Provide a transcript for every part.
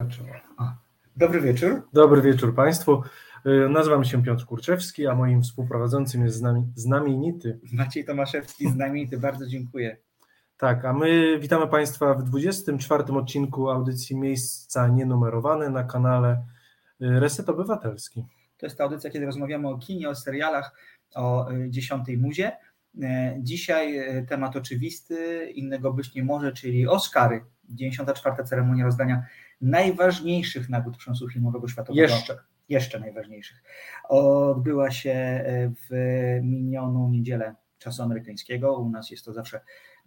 Dobry wieczór. Dobry wieczór Państwu. Nazywam się Piotr Kurczewski, a moim współprowadzącym jest znamienity Maciej Tomaszewski, znamienity, bardzo dziękuję. Tak, a my witamy Państwa w 24. odcinku audycji Miejsca Nienumerowane na kanale Reset Obywatelski. To jest ta audycja, kiedy rozmawiamy o kinie, o serialach, o 10. muzie. Dzisiaj temat oczywisty, innego być nie może, czyli Oscary. 94. ceremonia rozdania najważniejszych nagród przemysłu filmowego światowego. Jeszcze najważniejszych. Odbyła się w minioną niedzielę czasu amerykańskiego. U nas jest to zawsze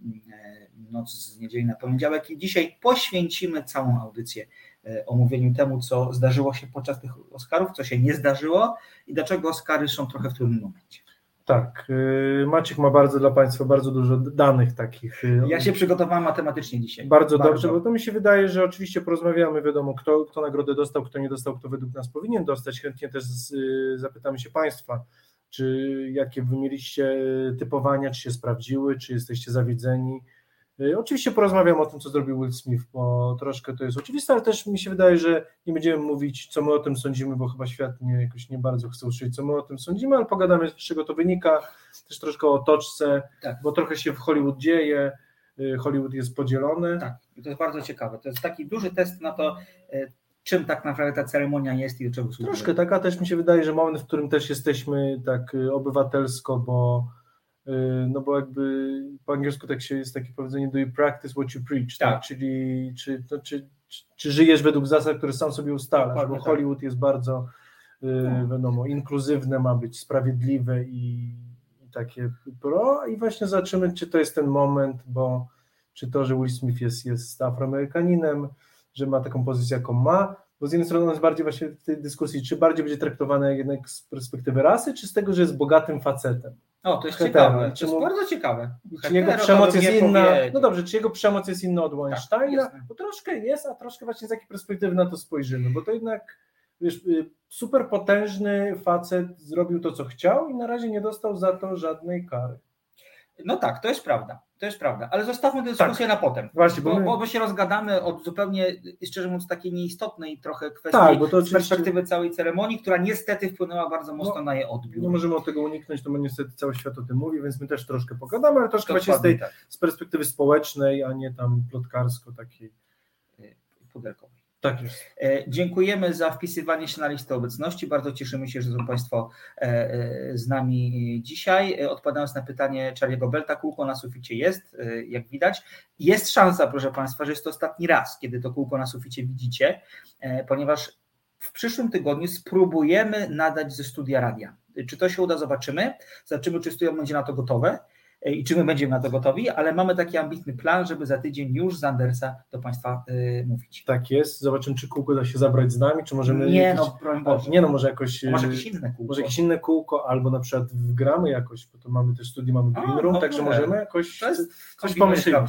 noc z niedzieli na poniedziałek i dzisiaj poświęcimy całą audycję omówieniu temu, co zdarzyło się podczas tych Oscarów, co się nie zdarzyło i dlaczego Oscary są trochę w trudnym momencie. Tak, Maciek ma dla Państwa bardzo dużo danych takich. Ja się przygotowałem matematycznie dzisiaj. Bardzo dobrze, bo to mi się wydaje, że oczywiście porozmawiamy, wiadomo, kto nagrodę dostał, kto nie dostał, kto według nas powinien dostać. Chętnie też zapytamy się Państwa, czy jakie wy mieliście typowania, czy się sprawdziły, czy jesteście zawiedzeni. Oczywiście porozmawiam o tym, co zrobił Will Smith, bo troszkę to jest oczywiste, ale też mi się wydaje, że nie będziemy mówić, co my o tym sądzimy, bo chyba świat jakoś nie bardzo chce usłyszeć, co my o tym sądzimy, ale pogadamy, z czego to wynika, też troszkę o otoczce, tak. Bo trochę się w Hollywood dzieje, Hollywood jest podzielony. Tak, i to jest bardzo ciekawe, to jest taki duży test na to, czym tak naprawdę ta ceremonia jest i do czego służy. Troszkę taka też mi się wydaje, że moment, w którym też jesteśmy tak obywatelsko, bo jakby po angielsku tak jest takie powiedzenie do you practice what you preach, tak? Czyli czy żyjesz według zasad, które sam sobie ustalasz, bo Hollywood jest bardzo wiadomo, inkluzywne, ma być sprawiedliwe i takie i właśnie zobaczymy, czy to jest ten moment, bo czy to, że Will Smith jest Afroamerykaninem, że ma taką pozycję, jaką ma, bo z jednej strony on jest bardziej właśnie w tej dyskusji, czy bardziej będzie traktowany jednak z perspektywy rasy, czy z tego, że jest bogatym facetem. O, to jest ciekawe, to jest bardzo ciekawe. Czy jego przemoc jest inna, no dobrze, czy jego przemoc jest inna od Weinsteina, bo troszkę jest, a troszkę właśnie z jakiej perspektywy na to spojrzymy, bo to jednak, wiesz, super potężny facet zrobił to, co chciał i na razie nie dostał za to żadnej kary. No tak, to jest prawda, ale zostawmy tę dyskusję na potem, właśnie, bo się rozgadamy od zupełnie, szczerze mówiąc, takiej nieistotnej trochę kwestii bo to z perspektywy całej ceremonii, która niestety wpłynęła bardzo mocno na jej odbiór. Nie możemy od tego uniknąć, bo niestety cały świat o tym mówi, więc my też troszkę pogadamy, ale troszkę właśnie z perspektywy społecznej, a nie tam plotkarsko takiej pudelkowej. Tak jest. Dziękujemy za wpisywanie się na listę obecności. Bardzo cieszymy się, że są Państwo z nami dzisiaj. Odpowiadając na pytanie Charlie'ego Belta, kółko na suficie jest, jak widać. Jest szansa, proszę Państwa, że jest to ostatni raz, kiedy to kółko na suficie widzicie, ponieważ w przyszłym tygodniu spróbujemy nadać ze studia radia. Czy to się uda, zobaczymy. Zobaczymy, czy studio będzie na to gotowe i czy my będziemy na to gotowi, ale mamy taki ambitny plan, żeby za tydzień już z Andersa do Państwa mówić. Tak jest, zobaczymy, czy kółko da się zabrać z nami, czy możemy... może jakoś... Może jakieś inne kółko. Może jakieś inne kółko, albo na przykład wgramy jakoś, bo to mamy też studio, mamy green room, także możemy jakoś coś pomyślimy.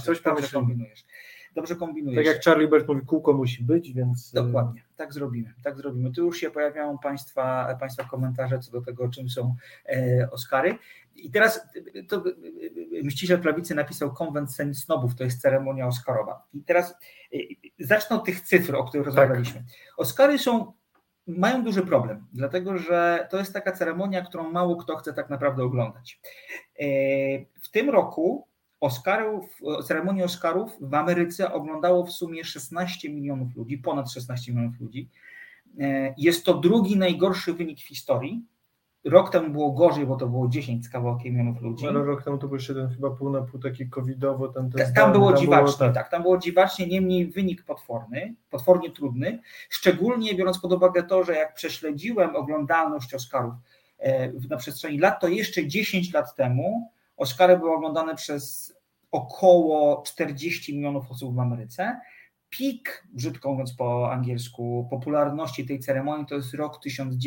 Dobrze kombinujesz. Tak jak Charlie Bert mówi, kółko musi być, więc... Dokładnie, tak zrobimy. Tu już się pojawiają Państwa komentarze co do tego, czym są Oscary. I teraz to Mściciel Prawicy napisał Konwent Snobów, to jest ceremonia Oscarowa. I teraz zacznę od tych cyfr, o których rozmawialiśmy. Oscary mają duży problem, dlatego że to jest taka ceremonia, którą mało kto chce tak naprawdę oglądać. W tym roku ceremonię Oscarów w Ameryce oglądało w sumie 16 milionów ludzi, ponad 16 milionów ludzi. Jest to drugi najgorszy wynik w historii. Rok temu było gorzej, bo to było 10 z kawałkiem milionów ludzi. Ale rok temu to był jeszcze ten chyba pół na pół taki covidowo. Tam było dziwacznie, tam było dziwacznie, niemniej wynik potwornie trudny, szczególnie biorąc pod uwagę to, że jak prześledziłem oglądalność Oscarów na przestrzeni lat, to jeszcze 10 lat temu Oscary były oglądane przez około 40 milionów osób w Ameryce. Pik, brzydko mówiąc po angielsku, popularności tej ceremonii to jest rok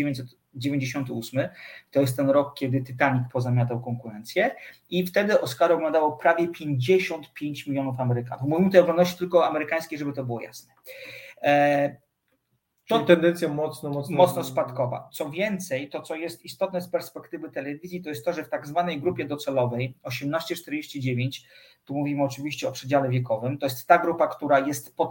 1998. To jest ten rok, kiedy Titanic pozamiatał konkurencję i wtedy Oscary oglądało prawie 55 milionów Amerykanów. Mówimy tutaj o oglądalności tylko amerykańskiej, żeby to było jasne. Czyli tendencja mocno spadkowa. Co więcej, to co jest istotne z perspektywy telewizji, to jest to, że w tak zwanej grupie docelowej 18-49, tu mówimy oczywiście o przedziale wiekowym, to jest ta grupa, która jest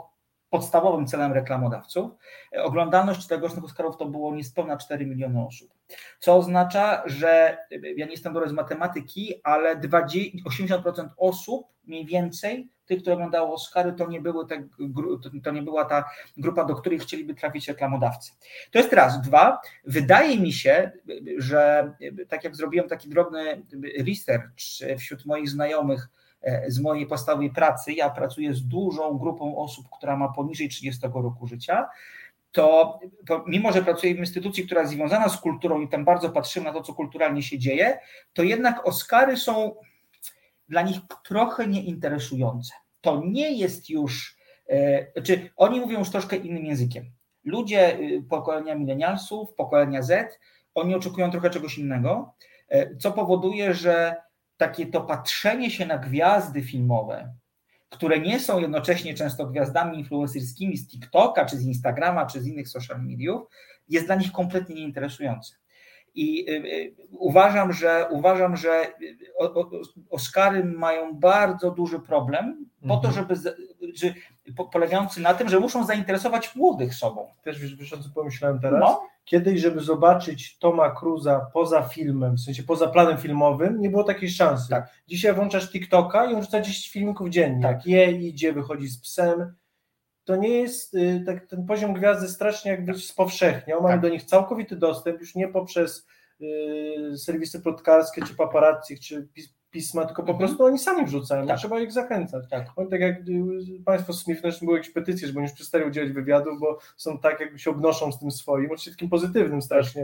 podstawowym celem reklamodawców. Oglądalność tegorocznych Oscarów to było niespełna 4 miliony osób, co oznacza, że ja nie jestem dobry z matematyki, ale 80% osób mniej więcej, tych, które oglądało Oscary, to nie była ta grupa, do której chcieliby trafić reklamodawcy. To jest raz. Dwa, wydaje mi się, że tak jak zrobiłem taki drobny research wśród moich znajomych z mojej podstawowej pracy, ja pracuję z dużą grupą osób, która ma poniżej 30 roku życia, to mimo, że pracuję w instytucji, która jest związana z kulturą i tam bardzo patrzymy na to, co kulturalnie się dzieje, to jednak Oscary są dla nich trochę nieinteresujące. To nie jest już, oni mówią już troszkę innym językiem. Ludzie pokolenia milenialsów, pokolenia Z, oni oczekują trochę czegoś innego, co powoduje, że takie to patrzenie się na gwiazdy filmowe, które nie są jednocześnie często gwiazdami influencerskimi z TikToka, czy z Instagrama, czy z innych social mediów, jest dla nich kompletnie nieinteresujące. I uważam, że Oscary mają bardzo duży problem po to, polegający na tym, że muszą zainteresować młodych sobą. Też wiesz, o co pomyślałem teraz? No. Kiedyś, żeby zobaczyć Toma Cruza poza filmem, w sensie poza planem filmowym, nie było takiej szansy. Tak. Dzisiaj włączasz TikToka i on rzuca 10 filmików dziennie. Tak. Jak je, idzie, wychodzi z psem. To nie jest, ten poziom gwiazdy strasznie jakby spowszechniał. Mamy do nich całkowity dostęp, już nie poprzez serwisy plotkarskie, czy paparazzi, czy pisma, tylko po prostu oni sami wrzucają, trzeba ich zachęcać. Oni tak jak Państwo Smith, zresztą były jakieś petycje, żeby oni już przestali udzielać wywiadów, bo są tak jakby się obnoszą z tym swoim, oczywiście takim pozytywnym strasznie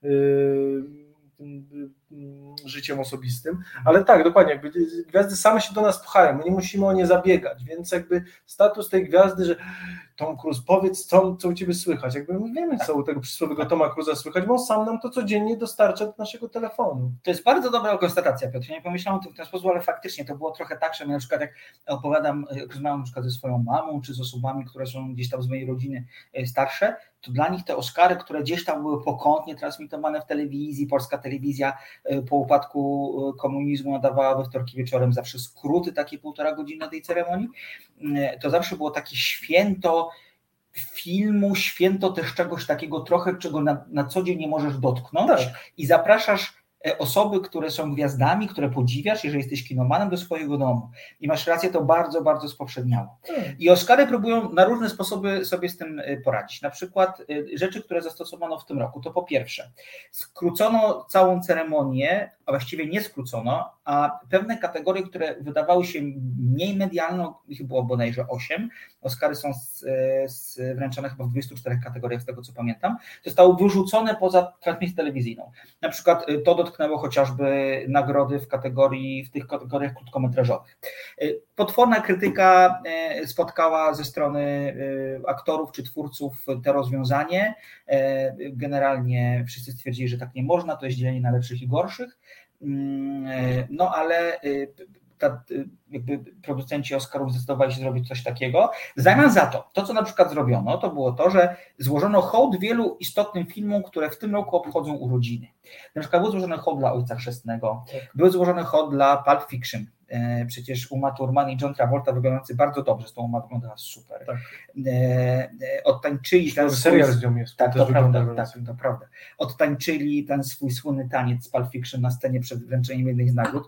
życiem osobistym, ale tak, dokładnie, jakby gwiazdy same się do nas pchają, my nie musimy o nie zabiegać, więc jakby status tej gwiazdy, że Tom Cruise, powiedz co u Ciebie słychać, jakby my wiemy, co u tego przysłowiowego Toma Cruza słychać, bo on sam nam to codziennie dostarcza do naszego telefonu. To jest bardzo dobra konstatacja, Piotr, ja nie pomyślałem o tym w ten sposób, ale faktycznie to było trochę tak, że na przykład jak opowiadam, rozmawiam na przykład ze swoją mamą, czy z osobami, które są gdzieś tam z mojej rodziny starsze, to dla nich te Oscary, które gdzieś tam były pokątnie transmitowane w telewizji, polska telewizja po upadku komunizmu nadawała we wtorki wieczorem zawsze skróty, takie 1,5 godziny tej ceremonii, to zawsze było takie święto filmu, święto też czegoś takiego trochę, czego na co dzień nie możesz dotknąć i zapraszasz osoby, które są gwiazdami, które podziwiasz, jeżeli jesteś kinomanem, do swojego domu. I masz rację, to bardzo, bardzo spowszedniało. I Oscary próbują na różne sposoby sobie z tym poradzić. Na przykład rzeczy, które zastosowano w tym roku, to po pierwsze skrócono całą ceremonię, a właściwie nie skrócono, a pewne kategorie, które wydawały się mniej medialne, ich było bodajże 8, Oscary są wręczone chyba w 24 kategoriach, z tego co pamiętam, zostały wyrzucone poza transmisję telewizyjną. Na przykład to dotknęło chociażby nagrody w tych kategoriach krótkometrażowych. Potworna krytyka spotkała ze strony aktorów czy twórców to rozwiązanie. Generalnie wszyscy stwierdzili, że tak nie można, to jest dzielenie na lepszych i gorszych. No ale jakby producenci Oscarów zdecydowali się zrobić coś takiego. W zamian za to, co na przykład zrobiono, to było to, że złożono hołd wielu istotnym filmom, które w tym roku obchodzą urodziny. Na przykład był złożony hołd dla Ojca Chrzestnego, był złożony hołd dla Pulp Fiction. Przecież Uma Thurman i John Travolta wyglądający bardzo dobrze, z tą Uma wyglądała super. Tak. Odtańczyli ten serial z nią jest. Tak, to prawda. Odtańczyli ten swój słynny taniec z Pulp Fiction na scenie przed wręczeniem jednej z nagród.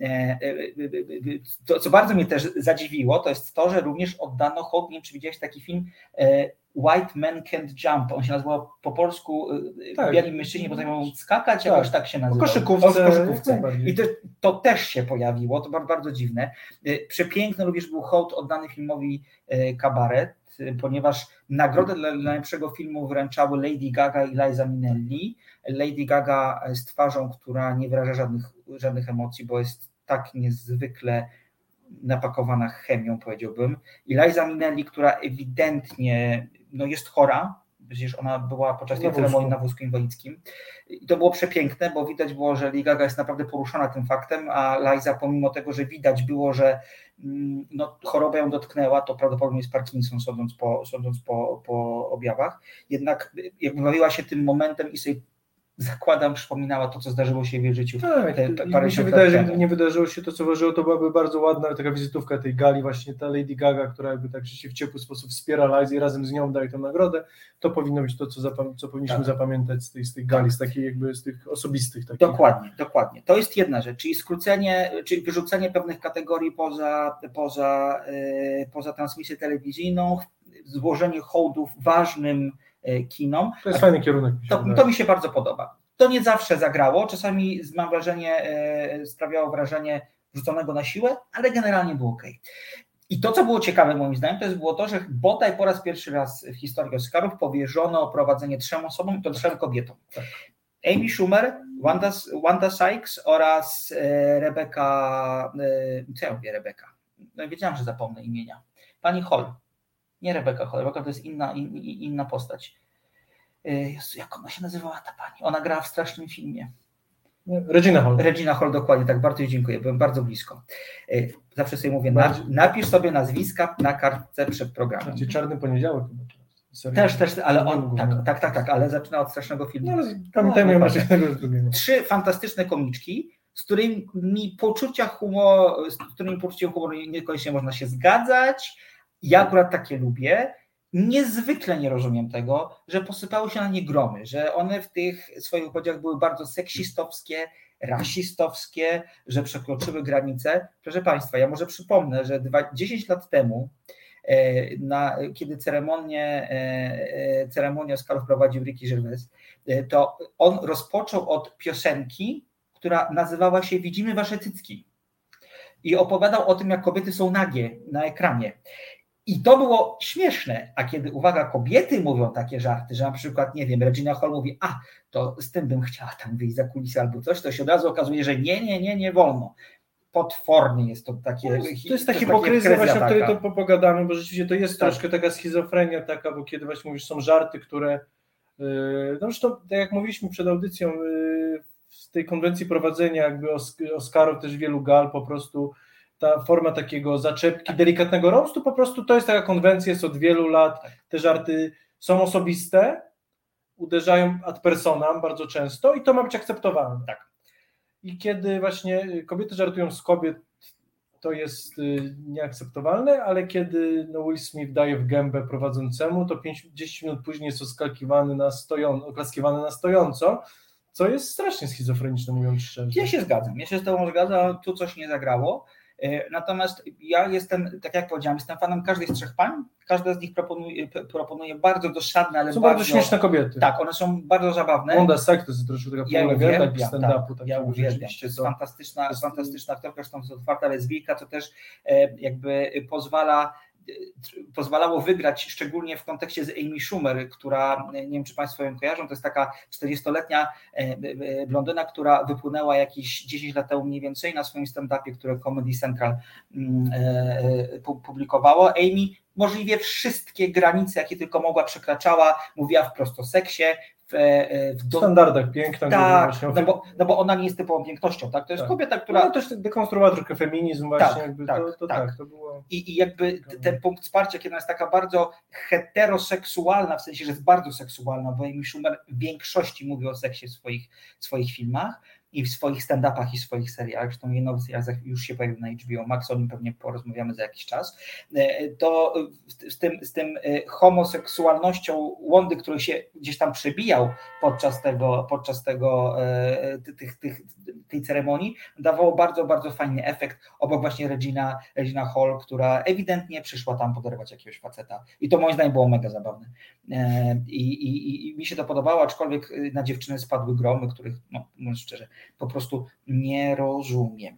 To, co bardzo mnie też zadziwiło, to jest to, że również oddano hołd, nie wiem, czy widziałeś taki film White Men Can't Jump, on się nazywał po polsku Biali mężczyźni potrafią skakać, jakoś tak się nazywa. O koszykówce. I to też się pojawiło, to bardzo dziwne. Przepiękny również był hołd oddany filmowi Kabaret, ponieważ nagrodę dla najlepszego filmu wręczały Lady Gaga i Liza Minnelli. Lady Gaga z twarzą, która nie wyraża żadnych emocji, bo jest tak niezwykle napakowana chemią, powiedziałbym. I Liza Minnelli, która ewidentnie jest chora, przecież ona była podczas tej ceremonii na wózku inwalidzkim. I to było przepiękne, bo widać było, że Lady Gaga jest naprawdę poruszona tym faktem, a Liza, pomimo tego, że widać było, że choroba ją dotknęła, to prawdopodobnie jest Parkinson, sądząc po objawach, jednak jakby bawiła się tym momentem i sobie zakładam, przypominała to, co zdarzyło się w jej życiu. Tak, mi się wydaje, że gdyby nie wydarzyło się to, co wydarzyło, to byłaby bardzo ładna taka wizytówka tej gali, właśnie ta Lady Gaga, która jakby tak się w ciepły sposób wspiera Liza i razem z nią daje tę nagrodę. To powinno być to, co powinniśmy zapamiętać z tej gali, z takiej jakby z tych osobistych. Takich. Dokładnie. To jest jedna rzecz, czyli skrócenie, czyli wyrzucenie pewnych kategorii poza transmisję telewizyjną, złożenie hołdów ważnym kinom. To jest fajny kierunek. To mi się bardzo podoba. To nie zawsze zagrało, czasami mam wrażenie, sprawiało wrażenie wrzuconego na siłę, ale generalnie było okej. I to, co było ciekawe moim zdaniem, to było to, że bodaj po raz pierwszy raz w historii Oscarów powierzono prowadzenie 3 osobom, i to 3 kobietom. Tak. Amy Schumer, Wanda Sykes oraz Rebecca, co ja mówię Rebecca? No, wiedziałam, że zapomnę imienia. Pani Hall. Nie Rebecca Hall, Rebecca to jest inna postać. Jezu, jak ona się nazywała ta pani? Ona grała w strasznym filmie. Regina Hall, dokładnie, tak, bardzo dziękuję, byłem bardzo blisko. Zawsze sobie mówię, napisz sobie nazwiska na kartce przed programem. Czarny poniedziałek. Też, ale on, tak, ale zaczyna od strasznego filmu. Pamiętajmy, 3 fantastyczne komiczki, z którymi poczucie humoru niekoniecznie można się zgadzać. Ja akurat takie lubię. Niezwykle nie rozumiem tego, że posypały się na nie gromy, że one w tych swoich wypowiedziach były bardzo seksistowskie, rasistowskie, że przekroczyły granice. Proszę Państwa, ja może przypomnę, że 10 lat temu, kiedy ceremonię Oscarów prowadził Ricky Gervais, to on rozpoczął od piosenki, która nazywała się Widzimy wasze cycki i opowiadał o tym, jak kobiety są nagie na ekranie. I to było śmieszne, a kiedy, uwaga, kobiety mówią takie żarty, że na przykład, nie wiem, Regina Hall mówi, to z tym bym chciała tam wyjść za kulisy albo coś, to się od razu okazuje, że nie wolno. Potwornie jest to takie... To jest taka hipokryzja właśnie, o której to pogadamy, bo rzeczywiście to jest troszkę taka schizofrenia taka, bo kiedy właśnie mówisz, są żarty, które... No zresztą, tak jak mówiliśmy przed audycją, w tej konwencji prowadzenia jakby Oscarów też wielu gal po prostu ta forma takiego zaczepki, delikatnego roastu, po prostu to jest taka konwencja, jest od wielu lat, te żarty są osobiste, uderzają ad personam bardzo często i to ma być akceptowane. Tak. I kiedy właśnie kobiety żartują z kobiet, to jest nieakceptowalne, ale kiedy Will Smith daje w gębę prowadzącemu, to 10 minut później jest oklaskiwany na stojąco, co jest strasznie schizofreniczne, mówiąc szczerze. Ja się z tobą zgadzam, tu coś nie zagrało. Natomiast ja jestem, tak jak powiedziałem, jestem fanem każdej z 3 pań. Każda z nich proponuje bardzo dosadne, ale są bardzo śmieszne kobiety. Tak, one są bardzo zabawne. Wanda Sykes to jest troszkę taka półlegenda stand-upu. Ja uwielbiam. To jest fantastyczna aktorka, zresztą to otwarta lesbijka, co też jakby pozwalało wygrać, szczególnie w kontekście z Amy Schumer, która, nie wiem czy Państwo ją kojarzą, to jest taka 40-letnia blondyna, która wypłynęła jakieś 10 lat temu mniej więcej na swoim stand-upie, które Comedy Central publikowało. Amy możliwie wszystkie granice, jakie tylko mogła, przekraczała, mówiła wprost o seksie, w standardach piękna. Tak, no bo ona nie jest typową pięknością, tak? To jest kobieta, która... No też dekonstruowała trochę feminizm właśnie. To było... I jakby ten punkt wsparcia, kiedy ona jest taka bardzo heteroseksualna, w sensie, że jest bardzo seksualna, bo Amy Schumer w większości mówi o seksie w swoich filmach i w swoich stand-upach i w swoich serialach, zresztą jej nowy serial już się pojawił na HBO Max, o nim pewnie porozmawiamy za jakiś czas, to z tym homoseksualnością Wandy, który się gdzieś tam przebijał podczas tej ceremonii, dawało bardzo, bardzo fajny efekt, obok właśnie Regina Hall, która ewidentnie przyszła tam poderwać jakiegoś faceta i to moim zdaniem było mega zabawne i mi się to podobało, aczkolwiek na dziewczyny spadły gromy, których, no mówiąc szczerze, po prostu nie rozumiem.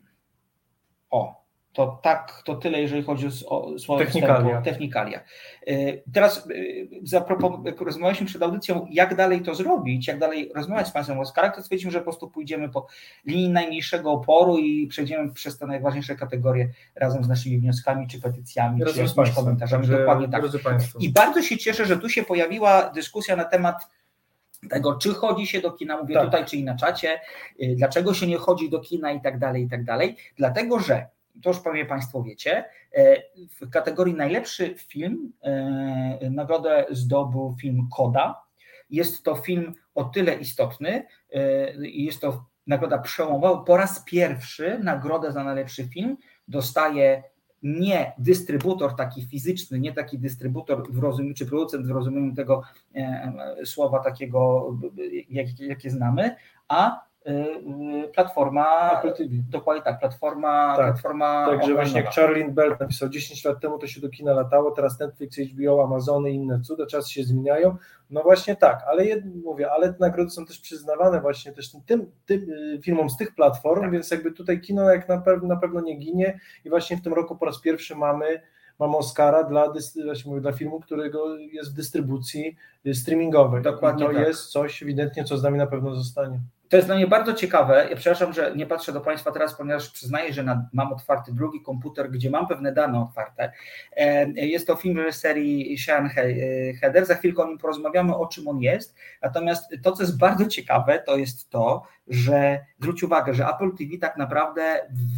To tyle, jeżeli chodzi o słowo technikalia. Teraz rozmawialiśmy przed audycją, jak dalej to zrobić, jak dalej rozmawiać z Państwem o Oscarach, to stwierdziliśmy, że po prostu pójdziemy po linii najmniejszego oporu i przejdziemy przez te najważniejsze kategorie razem z naszymi wnioskami, czy petycjami, czy jakimiś komentarzami. Dokładnie tak. I bardzo się cieszę, że tu się pojawiła dyskusja na temat tego, czy chodzi się do kina, mówię tutaj, czy i na czacie, dlaczego się nie chodzi do kina i tak dalej, dlatego, że to już pewnie Państwo wiecie, w kategorii najlepszy film nagrodę zdobył film Coda. Jest to film o tyle istotny i jest to nagroda przełomowa, bo po raz pierwszy nagrodę za najlepszy film dostaje nie dystrybutor taki fizyczny, nie taki dystrybutor czy producent w rozumieniu tego słowa takiego, jakie znamy, a platforma Apple TV. Dokładnie tak, platforma. Także właśnie jak Charlie Bell napisał 10 lat temu, to się do kina latało, teraz Netflix, HBO, Amazony i inne cuda, czasy się zmieniają. No właśnie tak, ale te nagrody są też przyznawane właśnie też tym filmom z tych platform, tak. Więc jakby tutaj kino na pewno nie ginie i właśnie w tym roku po raz pierwszy mamy Oscara dla filmu, którego jest w dystrybucji streamingowej. Dokładnie. I to jest coś ewidentnie, co z nami na pewno zostanie. To jest dla mnie bardzo ciekawe. Ja przepraszam, że nie patrzę do Państwa teraz, ponieważ przyznaję, że mam otwarty drugi komputer, gdzie mam pewne dane otwarte. Jest to film reżyserii Sian Heder. Za chwilkę o nim porozmawiamy, o czym on jest. Natomiast to, co jest bardzo ciekawe, to jest to, że zwróć uwagę, że Apple TV tak naprawdę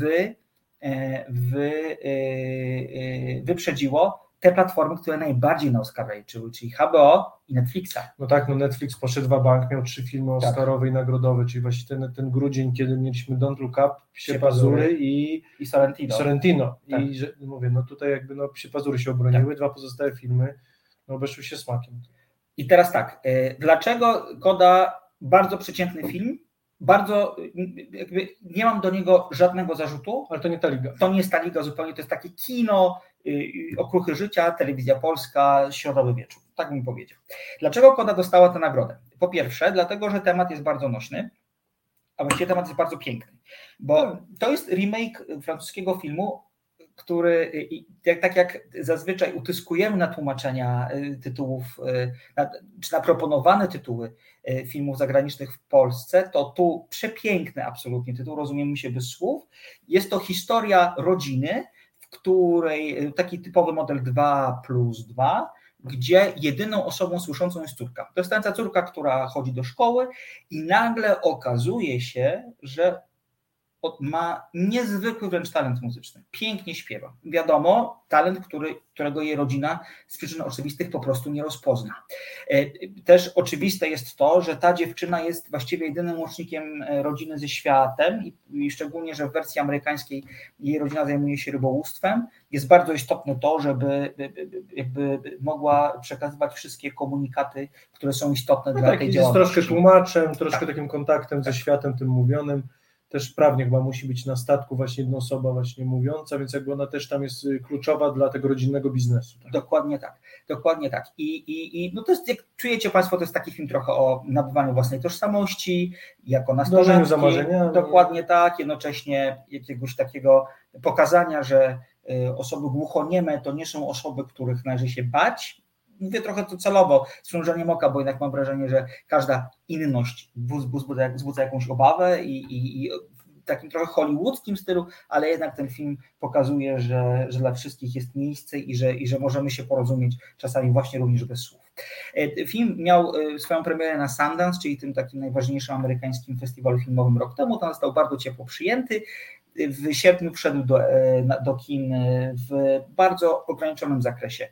wyprzedziło te platformy, które najbardziej na Oscara liczyły, czyli HBO i Netflixa. No tak, Netflix poszedł w bank, miał 3 filmy oscarowe i nagrodowe, czyli właśnie ten grudzień, kiedy mieliśmy Don't Look Up, Psie Pazury i Sorrentino. Tak. I że, mówię, no tutaj jakby Psie Pazury się obroniły, tak. 2 pozostałe filmy obeszły się smakiem. I teraz tak, dlaczego Koda, bardzo przeciętny film, bardzo, jakby nie mam do niego żadnego zarzutu. Ale to nie ta liga. To nie jest ta liga zupełnie, to jest takie kino, okruchy życia, telewizja polska, środowy wieczór, tak bym powiedział. Dlaczego Koda dostała tę nagrodę? Po pierwsze, dlatego, że temat jest bardzo nośny, a właściwie temat jest bardzo piękny, bo to jest remake francuskiego filmu, który, tak jak zazwyczaj utyskujemy na tłumaczenia tytułów, czy na proponowane tytuły filmów zagranicznych w Polsce, to tu przepiękny absolutnie tytuł, rozumiemy się bez słów. Jest to historia rodziny, w której taki typowy model 2+2, gdzie jedyną osobą słyszącą jest córka. To jest ta córka, która chodzi do szkoły i nagle okazuje się, że ma niezwykły wręcz talent muzyczny. Pięknie śpiewa. Wiadomo, talent, którego jej rodzina z przyczyn oczywistych po prostu nie rozpozna. Też oczywiste jest to, że ta dziewczyna jest właściwie jedynym łącznikiem rodziny ze światem i szczególnie, że w wersji amerykańskiej jej rodzina zajmuje się rybołówstwem. Jest bardzo istotne to, żeby jakby mogła przekazywać wszystkie komunikaty, które są istotne dla tej działalności. Jest troszkę tłumaczem, troszkę takim kontaktem ze światem tym mówionym. Też prawnie chyba musi być na statku właśnie jedna osoba właśnie mówiąca, więc jakby ona też tam jest kluczowa dla tego rodzinnego biznesu. Tak? Dokładnie tak. I no to jest, jak czujecie Państwo, to jest taki film trochę o nabywaniu własnej tożsamości, jako nastolatki. Za marzeniami. Dokładnie tak, jednocześnie jakiegoś takiego pokazania, że osoby głuchonieme to nie są osoby, których należy się bać. Mówię trochę to celowo, z przymrużeniem oka, bo jednak mam wrażenie, że każda inność wzbudza jakąś obawę i w takim trochę hollywoodzkim stylu, ale jednak ten film pokazuje, że dla wszystkich jest miejsce i że możemy się porozumieć czasami właśnie również bez słów. Film miał swoją premierę na Sundance, czyli tym takim najważniejszym amerykańskim festiwalu filmowym rok temu. Tam został bardzo ciepło przyjęty. W sierpniu wszedł do kin w bardzo ograniczonym zakresie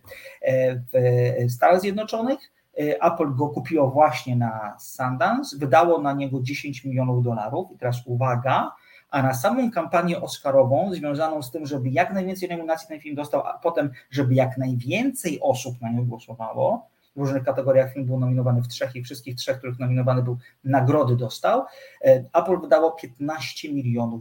w Stanach Zjednoczonych. Apple go kupiło właśnie na Sundance, wydało na niego $10 milionów i teraz uwaga, a na samą kampanię oscarową związaną z tym, żeby jak najwięcej nominacji ten film dostał, a potem, żeby jak najwięcej osób na niego głosowało, w różnych kategoriach film był nominowany w 3 i wszystkich 3, których nominowany był, nagrody dostał, Apple wydało $15 milionów.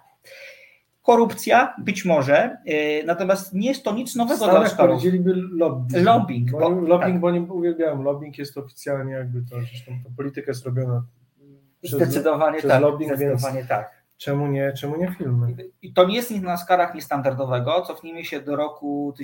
Korupcja być może, natomiast nie jest to nic nowego dla Oscarów. Powiedzieliby lobbying. Lobbying, bo nie uwielbiałem. Lobbying jest oficjalnie jakby to, zresztą ta polityka jest robiona zdecydowanie przez tak, lobbying, zdecydowanie więc tak. Czemu nie filmy? I to nie jest nic na Oscarach niestandardowego. Cofnijmy się do roku